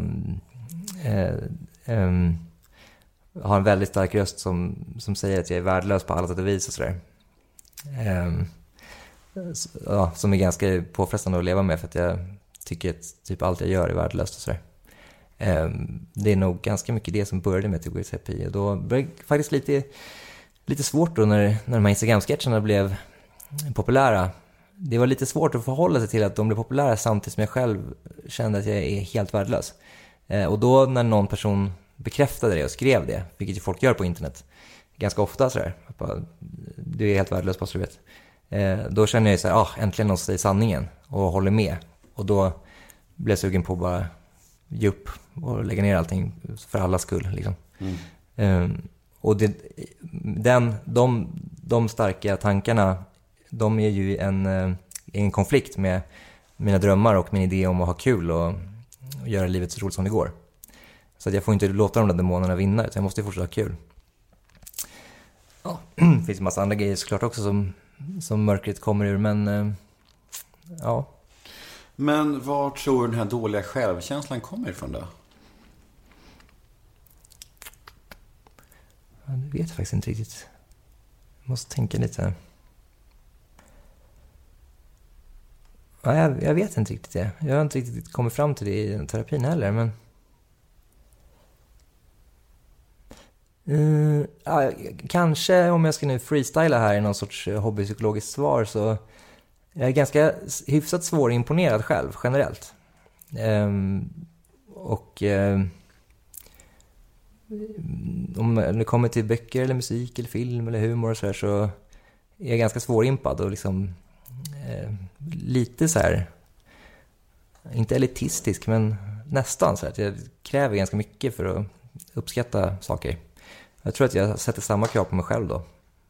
har en väldigt stark röst som säger att jag är värdelös på alla sätt och vis och sådär. Som är ganska påfrestande att leva med, för att jag tycker att typ allt jag gör är värdelöst och sådär. Det är nog ganska mycket det som började med att jag går i terapi. Och då blev det faktiskt lite svårt då när de här Instagram-sketcherna blev populära. Det var lite svårt att förhålla sig till att de blev populära samtidigt som jag själv kände att jag är helt värdelös. Och då när någon person bekräftade det och skrev det, vilket ju folk gör på internet ganska ofta sådär, du är helt värdelös på vet. Då känner jag så här, äntligen någon säger sanningen och håller med. Och då blev jag sugen på att bara ge upp och lägga ner allting för allas skull liksom. Och de starka tankarna, de är ju en konflikt med mina drömmar och min idé om att ha kul och göra livet så roligt som det går. Så att jag får inte låta de där demonerna vinna, utan jag måste fortsätta ha kul. Det finns en massa andra grejer såklart också som mörkret kommer ur, men ja. Men var tror du den här dåliga självkänslan kommer ifrån då? Det vet jag faktiskt inte riktigt. Jag måste tänka lite. Ja, jag vet inte riktigt det. Jag har inte riktigt kommit fram till det i terapin heller, men kanske om jag ska nu freestyla här i någon sorts hobbypsykologiskt svar, så jag är ganska hyfsat svårimponerad själv generellt. Om det kommer till böcker eller musik eller film eller humor och så är jag ganska svårimpad och liksom lite så här inte elitistisk, men nästan så att jag kräver ganska mycket för att uppskatta saker. Jag tror att jag sätter samma krav på mig själv då.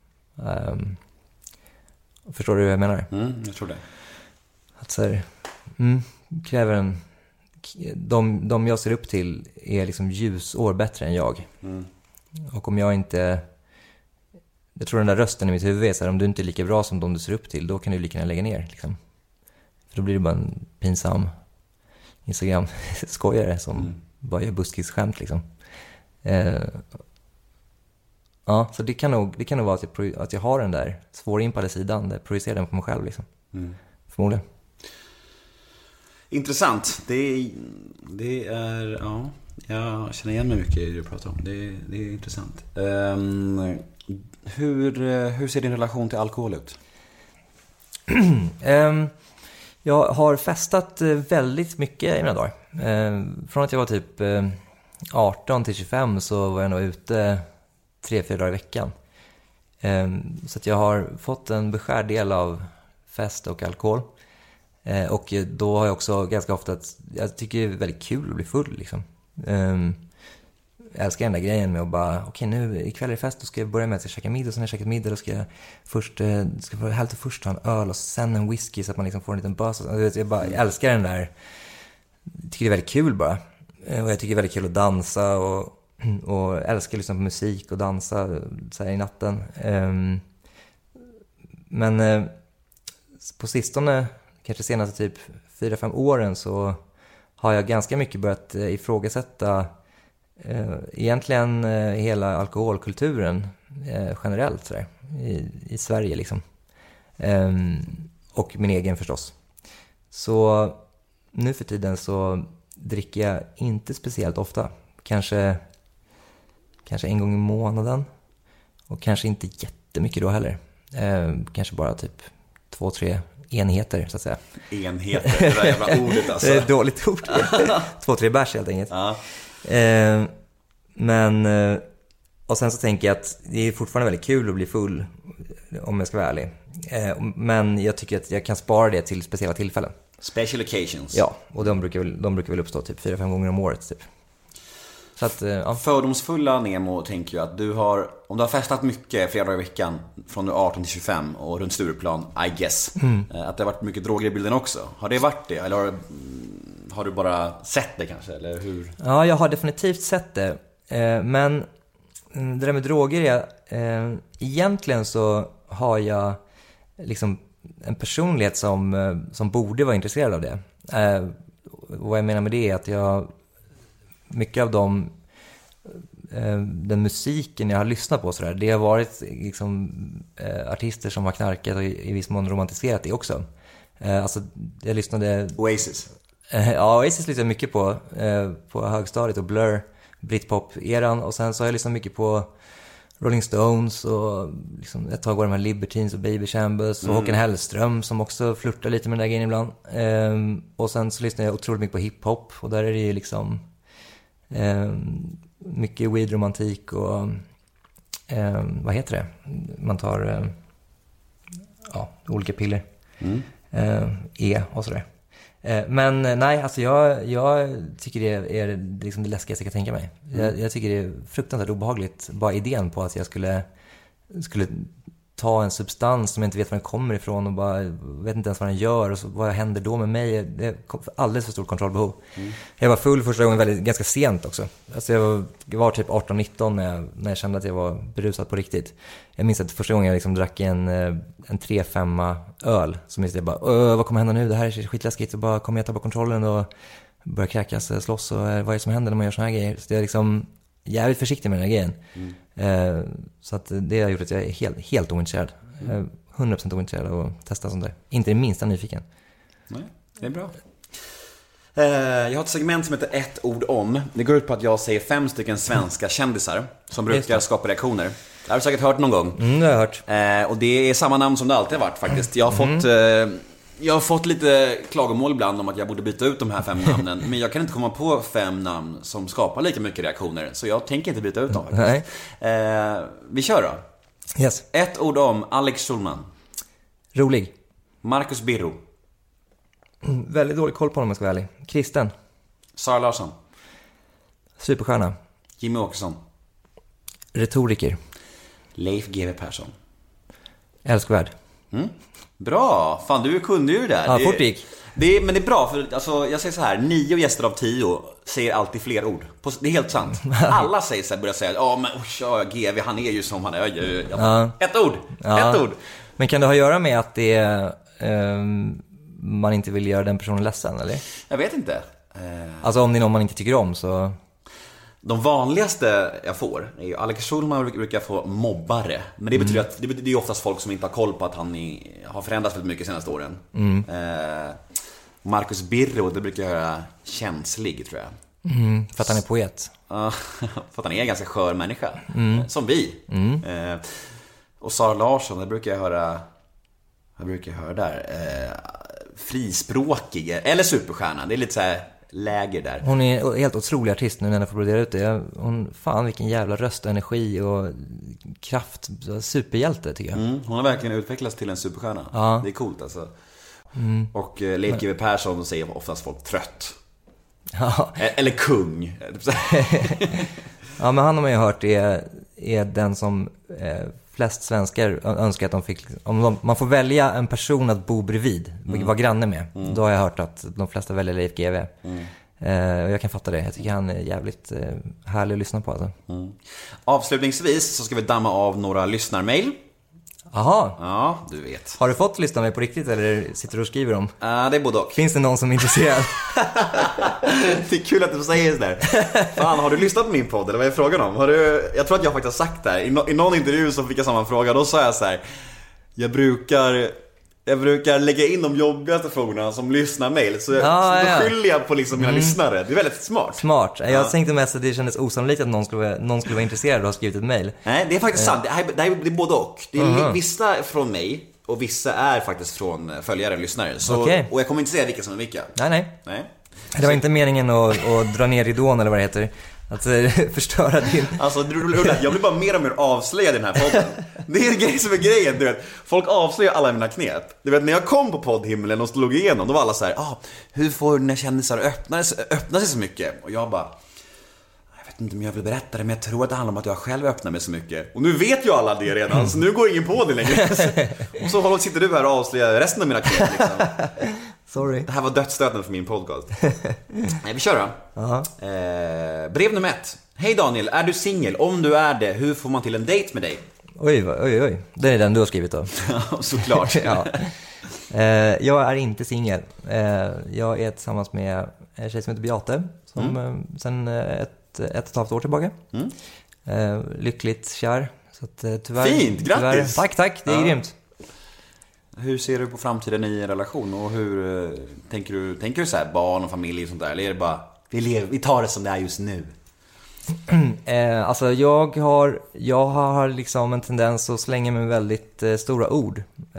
Förstår du vad jag menar? Jag tror det. Att så här, kräver en... De jag ser upp till är liksom ljusår bättre än jag. Och om jag inte... Jag tror den där rösten i mitt huvud är så här, om du inte är lika bra som de du ser upp till, då kan du lika gärna lägga ner. Liksom. För då blir det bara en pinsam Instagram-skojare som bara gör buskisskämt. Liksom. Ja, så det kan nog vara att jag har den där svårimpade sidan, där jag projicerar den på mig själv. Liksom. Förmodligen. Intressant. Det är ja, jag känner igen mig mycket i det du pratar om. Det är intressant. Hur ser din relation till alkohol ut? Jag har festat väldigt mycket i mina dagar. Från att jag var typ 18 till 25 så var jag nog ute 3-4 dagar i veckan. Så att jag har fått en beskärd del av fest och alkohol. Och då har jag också ganska ofta jag tycker det är väldigt kul att bli full liksom. Jag älskar den där grejen med att bara okej, nu ikväll är det fest, då ska jag börja med att käka middag, och sen när jag käkat middag då ska jag först ta en öl och sen en whisky så att man liksom får en liten buzz. Jag älskar den där. Jag tycker det är väldigt kul bara. Och jag tycker det är väldigt kul att dansa och älskar att lyssna på musik och dansa så här i natten. Men på sistone, kanske senaste typ 4-5 åren, så har jag ganska mycket börjat ifrågasätta egentligen hela alkoholkulturen generellt så där, i Sverige liksom. Och min egen förstås. Så nu för tiden så dricker jag inte speciellt ofta. Kanske en gång i månaden. Och kanske inte jättemycket då heller. Kanske bara typ 2-3 enheter så att säga. Enheter, det där jävla ordet alltså. Det är ett dåligt ord. 2-3 bärs helt enkelt. Ja. Men och sen så tänker jag att det är fortfarande väldigt kul att bli full, om jag ska vara ärlig. Men jag tycker att jag kan spara det till speciella tillfällen. Special occasions. Ja, och de brukar väl uppstå typ 4-5 gånger om året typ. Så att, ja. Fördomsfulla Nemo tänker jag att om du har festat mycket flera dagar i veckan från 18 till 25 och runt Stureplan, I guess, att det har varit mycket droger i bilden också. Har det varit det? Eller har du bara sett det kanske? Eller hur? Ja, jag har definitivt sett det. Men det där med droger är... egentligen så har jag liksom en personlighet som borde vara intresserad av det. Vad jag menar med det är att jag... Mycket av den musiken jag har lyssnat på så där, det har varit liksom, artister som har knarkat och i viss mån romantiserat det också. Alltså, jag lyssnade... Oasis. Ja, Oasis lyssnade mycket på högstadiet och Blur, Britpop-eran. Och sen så har jag lyssnat mycket på Rolling Stones och liksom ett tag var de här Libertines och Baby Chambers och Håkan Hellström som också flirtar lite med den där grejen ibland. Och sen så lyssnar jag otroligt mycket på hiphop och där är det ju liksom mycket weed-romantik och vad heter det? Man tar olika piller. Och sådär. Men nej, alltså jag tycker det är liksom det läskigaste jag kan tänka mig. Jag tycker det är fruktansvärt obehagligt, bara idén på att jag skulle ta en substans som jag inte vet var den kommer ifrån och bara vet inte ens vad den gör och så, vad händer då med mig? Det är alldeles för stort kontrollbehov. Jag var full första gången ganska sent också. Alltså jag var typ 18-19 när jag kände att jag var berusad på riktigt. Jag minns att första gången jag liksom drack en 3-5 öl så minns jag bara, vad kommer hända nu? Det här är skitläskigt. Så bara kommer jag tappa kontrollen och börja kräkas, slåss och vad är det som händer när man gör såna här grejer? Så det är liksom jävligt försiktig med den här grejen. Så att det har gjort att jag är helt ointresserad. 100% ointresserad av att testa sånt där. Inte det minsta nyfiken. Nej, det är bra. Jag har ett segment som heter ett ord om. Det går ut på att jag säger 5 stycken svenska kändisar som brukar skapa reaktioner. Det har du säkert hört någon gång. Det har jag hört. Och det är samma namn som det alltid har varit faktiskt. Jag har fått lite klagomål ibland om att jag borde byta ut de här 5 namnen. Men jag kan inte komma på 5 namn som skapar lika mycket reaktioner. Så jag tänker inte byta ut dem faktiskt. Vi kör då. Yes. Ett ord om Alex Schulman. Rolig. Marcus Birro. Väldigt dålig koll på honom, om jag ska vara ärlig. Kristen. Sara Larsson. Superstjärna. Jimmy Åkesson. Retoriker. Leif GW Persson. Älskvärd. Bra, fan du kunde ju det där. Ja, fort gick. Men det är bra, för alltså, jag säger så här: 9 gäster av 10 säger alltid fler ord. Det är helt sant. Alla säger så här, börjar säga GW, han är ju som han är. Ja. Ett ord. Men kan det ha att göra med att det man inte vill göra den personen ledsen, eller? Jag vet inte. Alltså om det är någon man inte tycker om, så... De vanligaste jag får är ju Alex Schulman brukar få mobbare. Men det betyder att det är oftast folk som inte har koll på att han har förändrats väldigt mycket de senaste åren. Marcus Birro, det brukar jag höra känslig, tror jag. För att han är poet. För att han är en ganska skör människa. Som vi. Och Sara Larsson, det brukar jag höra... Vad brukar jag höra där? Frispråkig. Eller superstjärna. Det är lite så här läger där. Hon är en helt otrolig artist nu när jag får brodera ut det. Fan, vilken jävla röst, energi och kraft. Superhjälte, tycker jag. Hon har verkligen utvecklats till en superstjärna. Ja. Det är coolt, alltså. Och Leif GW Persson säger oftast folk trött. Ja. Eller kung. Ja, men han har man ju hört är den som flest svenskar önskar att de fick... Om man får välja en person att bo bredvid, vara granne med, då har jag hört att de flesta väljer Leif GW. Och jag kan fatta det. Jag tycker han är jävligt härlig att lyssna på, alltså. Avslutningsvis så ska vi damma av några lyssnarmail. Aha. Ja, du vet. Har du fått lyssna med på riktigt, eller sitter du och skriver dem? Det är både och. Finns det någon som är intresserad? Det är kul att du säger sådär. Fan, har du lyssnat på min podd, eller vad är frågan om? Jag tror att jag faktiskt har sagt det här. I någon intervju så fick jag samma fråga. Då sa jag så här: Jag brukar lägga in de jobbigaste frågorna som lyssnarmail. Så då skyller jag på liksom mina lyssnare. Det är väldigt smart. Jag tänkte mest att det kändes osannolikt att någon skulle vara intresserad och ha skrivit ett mejl. Nej, det är faktiskt sant. Det är både och. Det är vissa från mig och vissa är faktiskt från följare och lyssnare. Så, och jag kommer inte säga vilka som är vilka. Nej. Det var inte meningen att dra ner ridån, eller vad det heter. Att förstöra din... Alltså, jag blir bara mer och mer avslöjad i den här podden. Det är en grej som är grejen, du vet. Folk avslöjar alla mina knep. Du vet, när jag kom på poddhimlen och slog igenom, då var alla så här: hur får den här kändisar öppna sig så mycket? Och jag bara, jag vet inte om jag vill berätta det, men jag tror att det handlar om att jag själv öppnar mig så mycket. Och nu vet ju alla det redan, så nu går ingen på det längre. Och så sitter du här och avslöjar resten av mina knep, liksom. Sorry. Det här var dödsstöten för min podcast. Nej, vi kör då. Brev nummer 1. Hej Daniel, är du singel? Om du är det, hur får man till en date med dig? Oj. Det är den du har skrivit då. Såklart. Ja. Jag är inte singel. Jag är tillsammans med en tjej som heter Beate, som sen ett och ett halvt år tillbaka. Lyckligt kär. Så att, tyvärr, fint, grattis! Tack, det är grymt. Hur ser du på framtiden i en relation? Och hur tänker du så här, barn och familj och sånt där? Eller är det bara, vi tar det som det är just nu? Alltså jag har liksom en tendens att slänga med väldigt stora ord.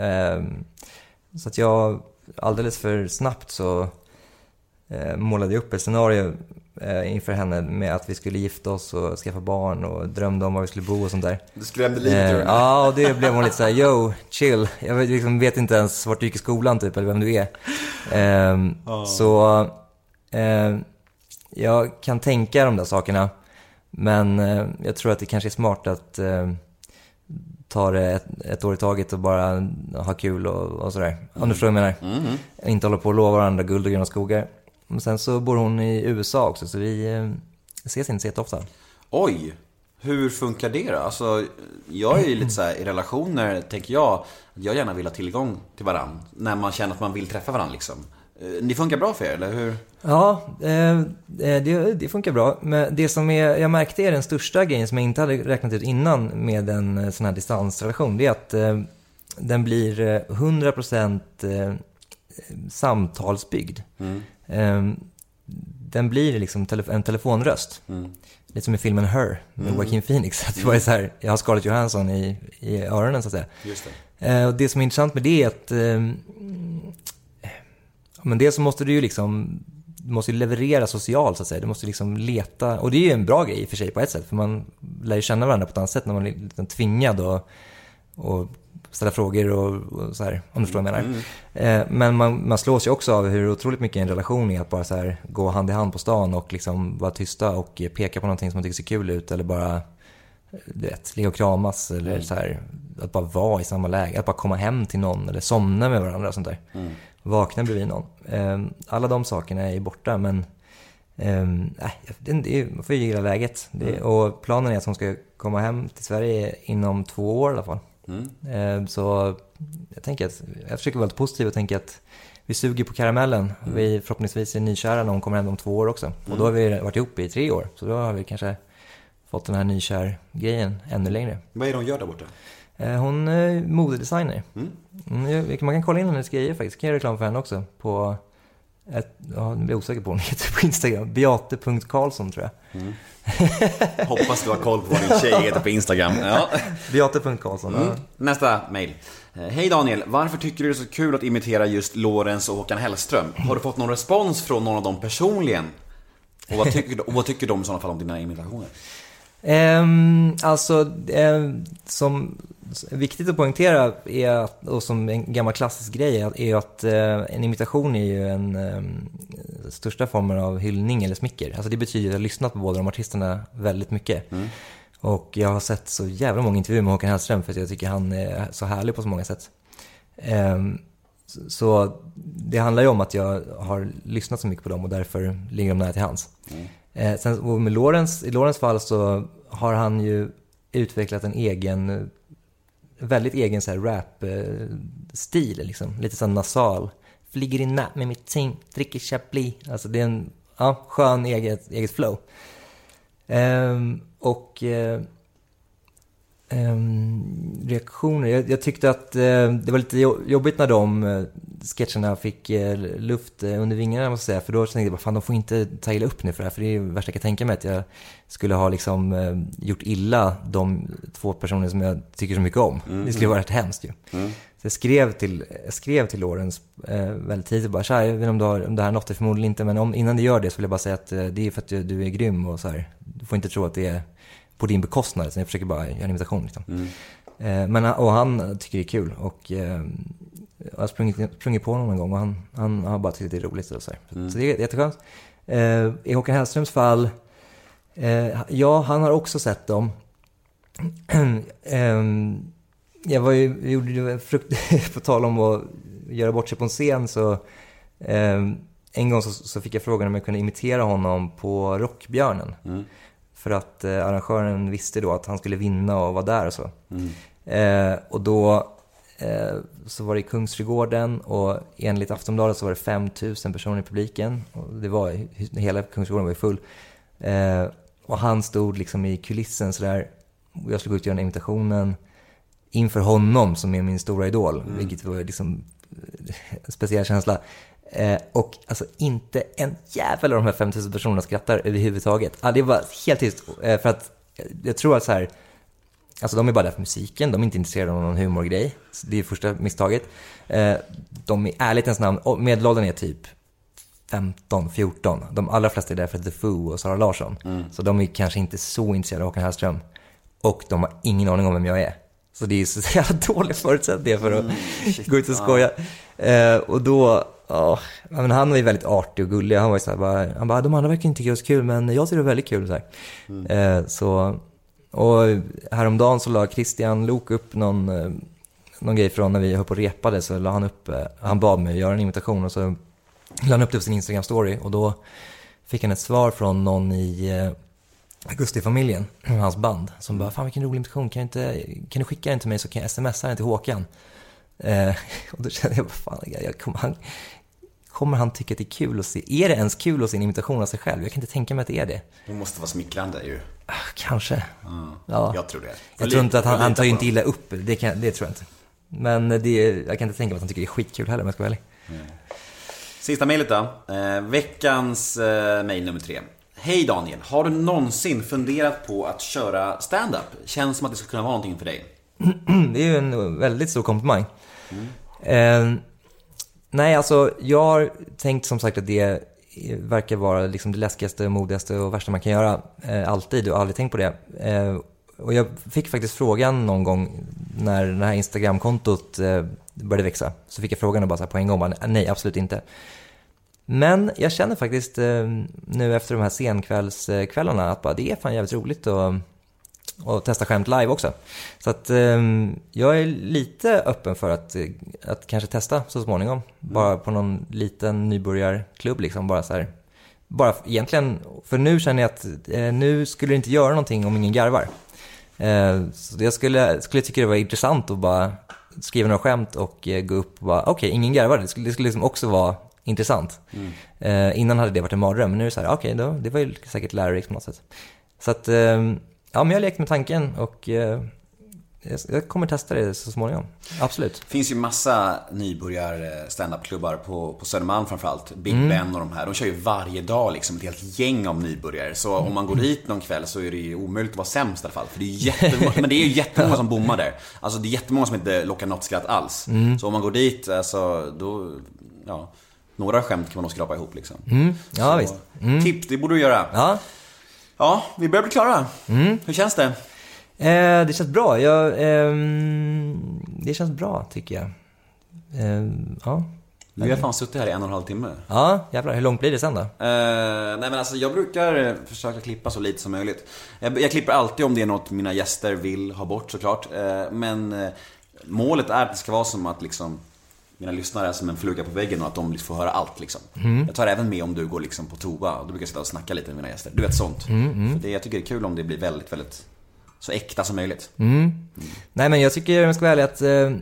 Så att jag alldeles för snabbt så målade upp ett scenario inför henne med att vi skulle gifta oss och skaffa barn och drömde om var vi skulle bo och sånt där. Du skrämde livet ur. Ja, och det blev hon lite så här: yo, chill. Jag vet inte ens vart du gick i skolan typ, eller vem du är. Så jag kan tänka de där sakerna, men jag tror att det kanske är smart att ta det ett år i taget och bara ha kul och sådär. Om du förstår vad jag menar. Inte hålla på och lova varandra guld och gröna skogar. Men sen så bor hon i USA också, så vi ses inte så ofta. Oj, hur funkar det då? Alltså, jag är ju lite så här, i relationer tänker jag att jag gärna vill ha tillgång till varandra när man känner att man vill träffa varandra liksom. Det funkar bra för er, eller hur? Ja, det funkar bra. Men det som jag märkte är den största grejen som jag inte hade räknat ut innan med en sån här distansrelation, det är att den blir 100% samtalsbyggd. Den blir liksom en telefonröst. Lite som i filmen Her med Joaquin Phoenix. Att det var så här, jag har Scarlett Johansson i öronen, så att säga. Just det. Och det som är intressant med det är att men det så måste du ju liksom, du måste ju leverera socialt, så att säga. Du måste liksom leta, och det är ju en bra grej i och för sig på ett sätt, för man lär ju känna varandra på ett annat sätt när man är liksom tvingad och ställa frågor och så här, om du förstår vad jag menar. Men man slås ju också av hur otroligt mycket en relation är att bara så här, gå hand i hand på stan och liksom vara tysta och peka på någonting som man tycker ser kul ut, eller bara, du vet, ligga och kramas, eller så här, att bara vara i samma läge, att bara komma hem till någon eller somna med varandra och sånt där. Vakna bredvid någon. Alla de sakerna är ju borta, men man får ju gilla läget. Och planen är att hon ska komma hem till Sverige inom 2 år i alla fall. Så jag tänker att jag försöker vara lite positiv och tänka att vi suger på karamellen. Vi förhoppningsvis är nykära när hon kommer hem om 2 år också. Och då har vi varit ihop i 3 år. Så då har vi kanske fått den här nykär-grejen ännu längre. Vad är det hon gör där borta? Hon är modedesigner. Man kan kolla in hennes grejer faktiskt. Kan jag reklam för henne också på nu blir jag osäker på hon heter på Instagram. Beate.Karlsson tror jag. Hoppas du har koll på vad din tjej heter på Instagram. Ja. Beate.Karlsson. Nästa mejl. Hej Daniel, varför tycker du det är så kul att imitera just Lorentz och Håkan Hellström? Har du fått någon respons från någon av dem personligen? Och vad tycker de i sådana fall om dina imitationer? Som viktigt att poängtera är, och som en gammal klassisk grej, är att en imitation är ju en största formen av hyllning eller smicker. Alltså det betyder att jag har lyssnat på båda de artisterna väldigt mycket. Och jag har sett så jävla många intervjuer med Håkan Hellström för att jag tycker han är så härlig på så många sätt. Så det handlar ju om att jag har lyssnat så mycket på dem och därför ligger de nära till hands. Sen med i Lorentz fall så har han ju utvecklat en väldigt egen så här rap-stil liksom. Lite så nasal. Flyger in med mitt team, dricker Chablis. Alltså det är en skön eget flow. Reaktioner. Jag tyckte att det var lite jobbigt när de sketcherna fick luft under vingarna, måste jag säga. För då tänkte jag, fan, de får inte ta illa upp nu för det här. För det är ju värsta jag kan tänka mig, att jag skulle ha liksom gjort illa de 2 personer som jag tycker så mycket om. Det skulle vara rätt hemskt ju. Så jag skrev till Lorentz väldigt tidigt, bara, jag vet inte om det här är något, förmodligen inte, men innan du gör det så vill jag bara säga att det är för att du är grym och så här. Du får inte tro att det är på din bekostnad, så jag försöker bara göra en imitation liksom. Och han tycker det är kul, och jag har sprungit på honom en gång och han har bara tyckt det är roligt och så här. Så det är jätteskönt. I Håkan Hellströms fall, han har också sett dem. Vi gjorde ju på tal om att göra bort sig på en scen, så en gång så fick jag frågan om jag kunde imitera honom på Rockbjörnen. För att arrangören visste då att han skulle vinna och vara där och så. Och då så var det i Kungsträdgården, och enligt Aftonbladet så var det 5000 personer i publiken. Och hela Kungsträdgården var ju full. Och han stod liksom i kulissen så där, och jag skulle gå ut och göra den imitationen inför honom som är min stora idol. Vilket var liksom en speciell känsla. Och alltså inte en jävel av de här 5000 personerna skrattar överhuvudtaget. Det var helt tyst. För att jag tror att så här, alltså de är bara där för musiken. De är inte intresserade av någon humorgrej. Det är första misstaget. De är ärligtens namn, medelåldern är typ 15-14. De allra flesta är där för The Foo och Sara Larsson. Så de är kanske inte så intresserade av Håkan Hellström. Och de har ingen aning om vem jag är. Så det är så jävla dålig förutsättning för att gå ut och skoja. Och då, men han var ju väldigt artig och gullig. Han var ju så här, han bara, de andra verkar inte tycka det var så kul, men jag tycker det var väldigt kul. Så här. Och häromdagen så la Christian Lok upp någon grej från när vi höll på och repade. Så la han upp, han bad mig göra en imitation, och så la han upp det på sin Instagram-story. Och då fick han ett svar från någon i Augusti-familjen, hans band, som bara, fan vilken rolig imitation, kan du skicka den till mig så kan jag smsa den till Håkan. Och då kände jag, fan, kommer han tycka att det är kul att se? Är det ens kul att se en imitation av sig själv? Jag kan inte tänka mig att det är det. Det måste vara smickrande ju. Kanske. Ja. Jag tror det. Jag tror inte att han tar ju inte illa upp. Det tror jag inte. Men jag kan inte tänka mig att han tycker det är skitkul heller, om jag ska vara ärlig. Sista mejlet då. Veckans mejl nummer 3. Hej Daniel, har du någonsin funderat på att köra stand-up? Känns som att det skulle kunna vara någonting för dig. Det är ju en väldigt stor komplimang. Nej, alltså jag har tänkt som sagt att det verkar vara liksom det läskigaste, modigaste och värsta man kan göra. Alltid, och aldrig tänkt på det. Och jag fick faktiskt frågan någon gång när det här Instagram-kontot började växa. Så fick jag frågan och bara så här på en gång, bara, nej, absolut inte. Men jag känner faktiskt nu efter de här senkvällskvällarna att bara, det är fan jävligt roligt och testa skämt live också. Så att jag är lite öppen för att kanske testa så småningom. Bara på någon liten nybörjarklubb liksom, bara så här. Bara egentligen, för nu känner jag att nu skulle det inte göra någonting om ingen garvar. Så jag skulle tycka det var intressant att bara skriva några skämt och gå upp och bara, okej, ingen garvar. Det skulle liksom också vara intressant. Innan hade det varit en mardröm, men nu är det så här, okej, det var ju säkert lärorikt på något sätt. Så att, ja, men jag har lekt med tanken och jag kommer testa det så småningom. Absolut. Det finns ju massa nybörjar stand-up-klubbar på Södermalm framförallt. Big Ben och de här. De kör ju varje dag liksom ett helt gäng av nybörjare. Så om man går dit någon kväll så är det ju omöjligt att vara sämst i alla fall. För det är jättemånga, men det är ju jättemånga som bommar där. Alltså det är jättemånga som inte lockar något skratt alls. Så om man går dit, alltså då, ja, några skämt kan man nog skrapa ihop liksom. Ja, så, visst. Tips, det borde du göra. Ja, vi börjar bli klara. Hur känns det? Det känns bra. Det känns bra, tycker jag. Ja. Vi har fan suttit här i 1,5 timme. Ja, jävlar. Hur långt blir det sen då? Nej men alltså jag brukar försöka klippa så lite som möjligt. Jag klipper alltid om det är något mina gäster vill ha bort såklart. Men målet är att det ska vara som att liksom mina lyssnare är som en fluga på väggen och att de får höra allt liksom. Jag tar även med om du går liksom på toa och då brukar jag sitta och snacka lite med mina gäster. Du vet sånt. För jag tycker det är kul om det blir väldigt, väldigt så äkta som möjligt. Nej, men jag tycker jag ska vara ärlig att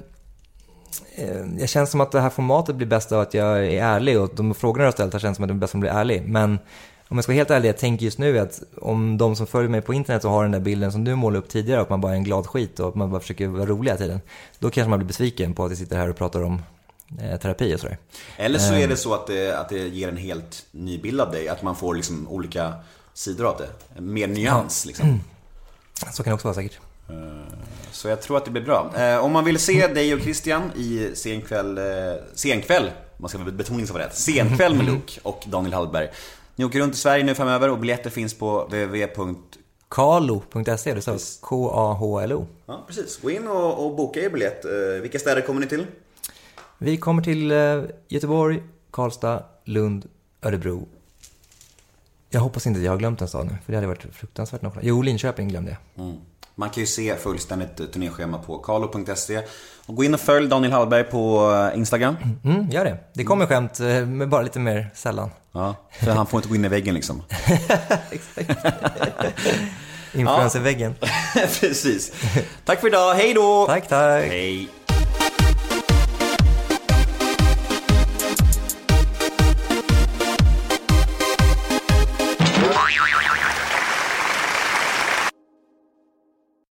jag känns som att det här formatet blir bäst av att jag är ärlig och de frågorna jag har ställt har känts som att det är bäst att bli ärlig. Men om jag ska vara helt ärlig, jag tänker just nu att om de som följer mig på internet och har den där bilden som du målade upp tidigare, att man bara är en glad skit och att man bara försöker vara rolig hela tiden, då kanske man blir besviken på att jag sitter här och pratar om terapi och sådär. Eller så är det så att det ger en helt ny bild av dig, att man får liksom olika sidor av det, mer nyans liksom. Så kan det också vara säkert. Så jag tror att det blir bra. Om man vill se dig och Christian i senkväll, man ska betoning så var rätt, senkväll med Luke och Daniel Hallberg. Ni åker runt i Sverige nu framöver och biljetter finns på www.kahlo.se. Det står K-A-H-L-O. Ja, precis. Gå in och boka er biljett. Vilka städer kommer ni till? Vi kommer till Göteborg, Karlstad, Lund, Örebro. Jag hoppas inte att jag har glömt en stad nu, för det hade varit fruktansvärt nog. Jo, Linköping glömde jag. Man kan ju se fullständigt turnéschema på kahlo.se. Och gå in och följ Daniel Hallberg på Instagram. Gör det. Det kommer skämt, men bara lite mer sällan. Ja, för han får inte gå in i väggen liksom. Exakt. Influencerväggen. Precis. Tack för idag, hej då! Tack. Hej.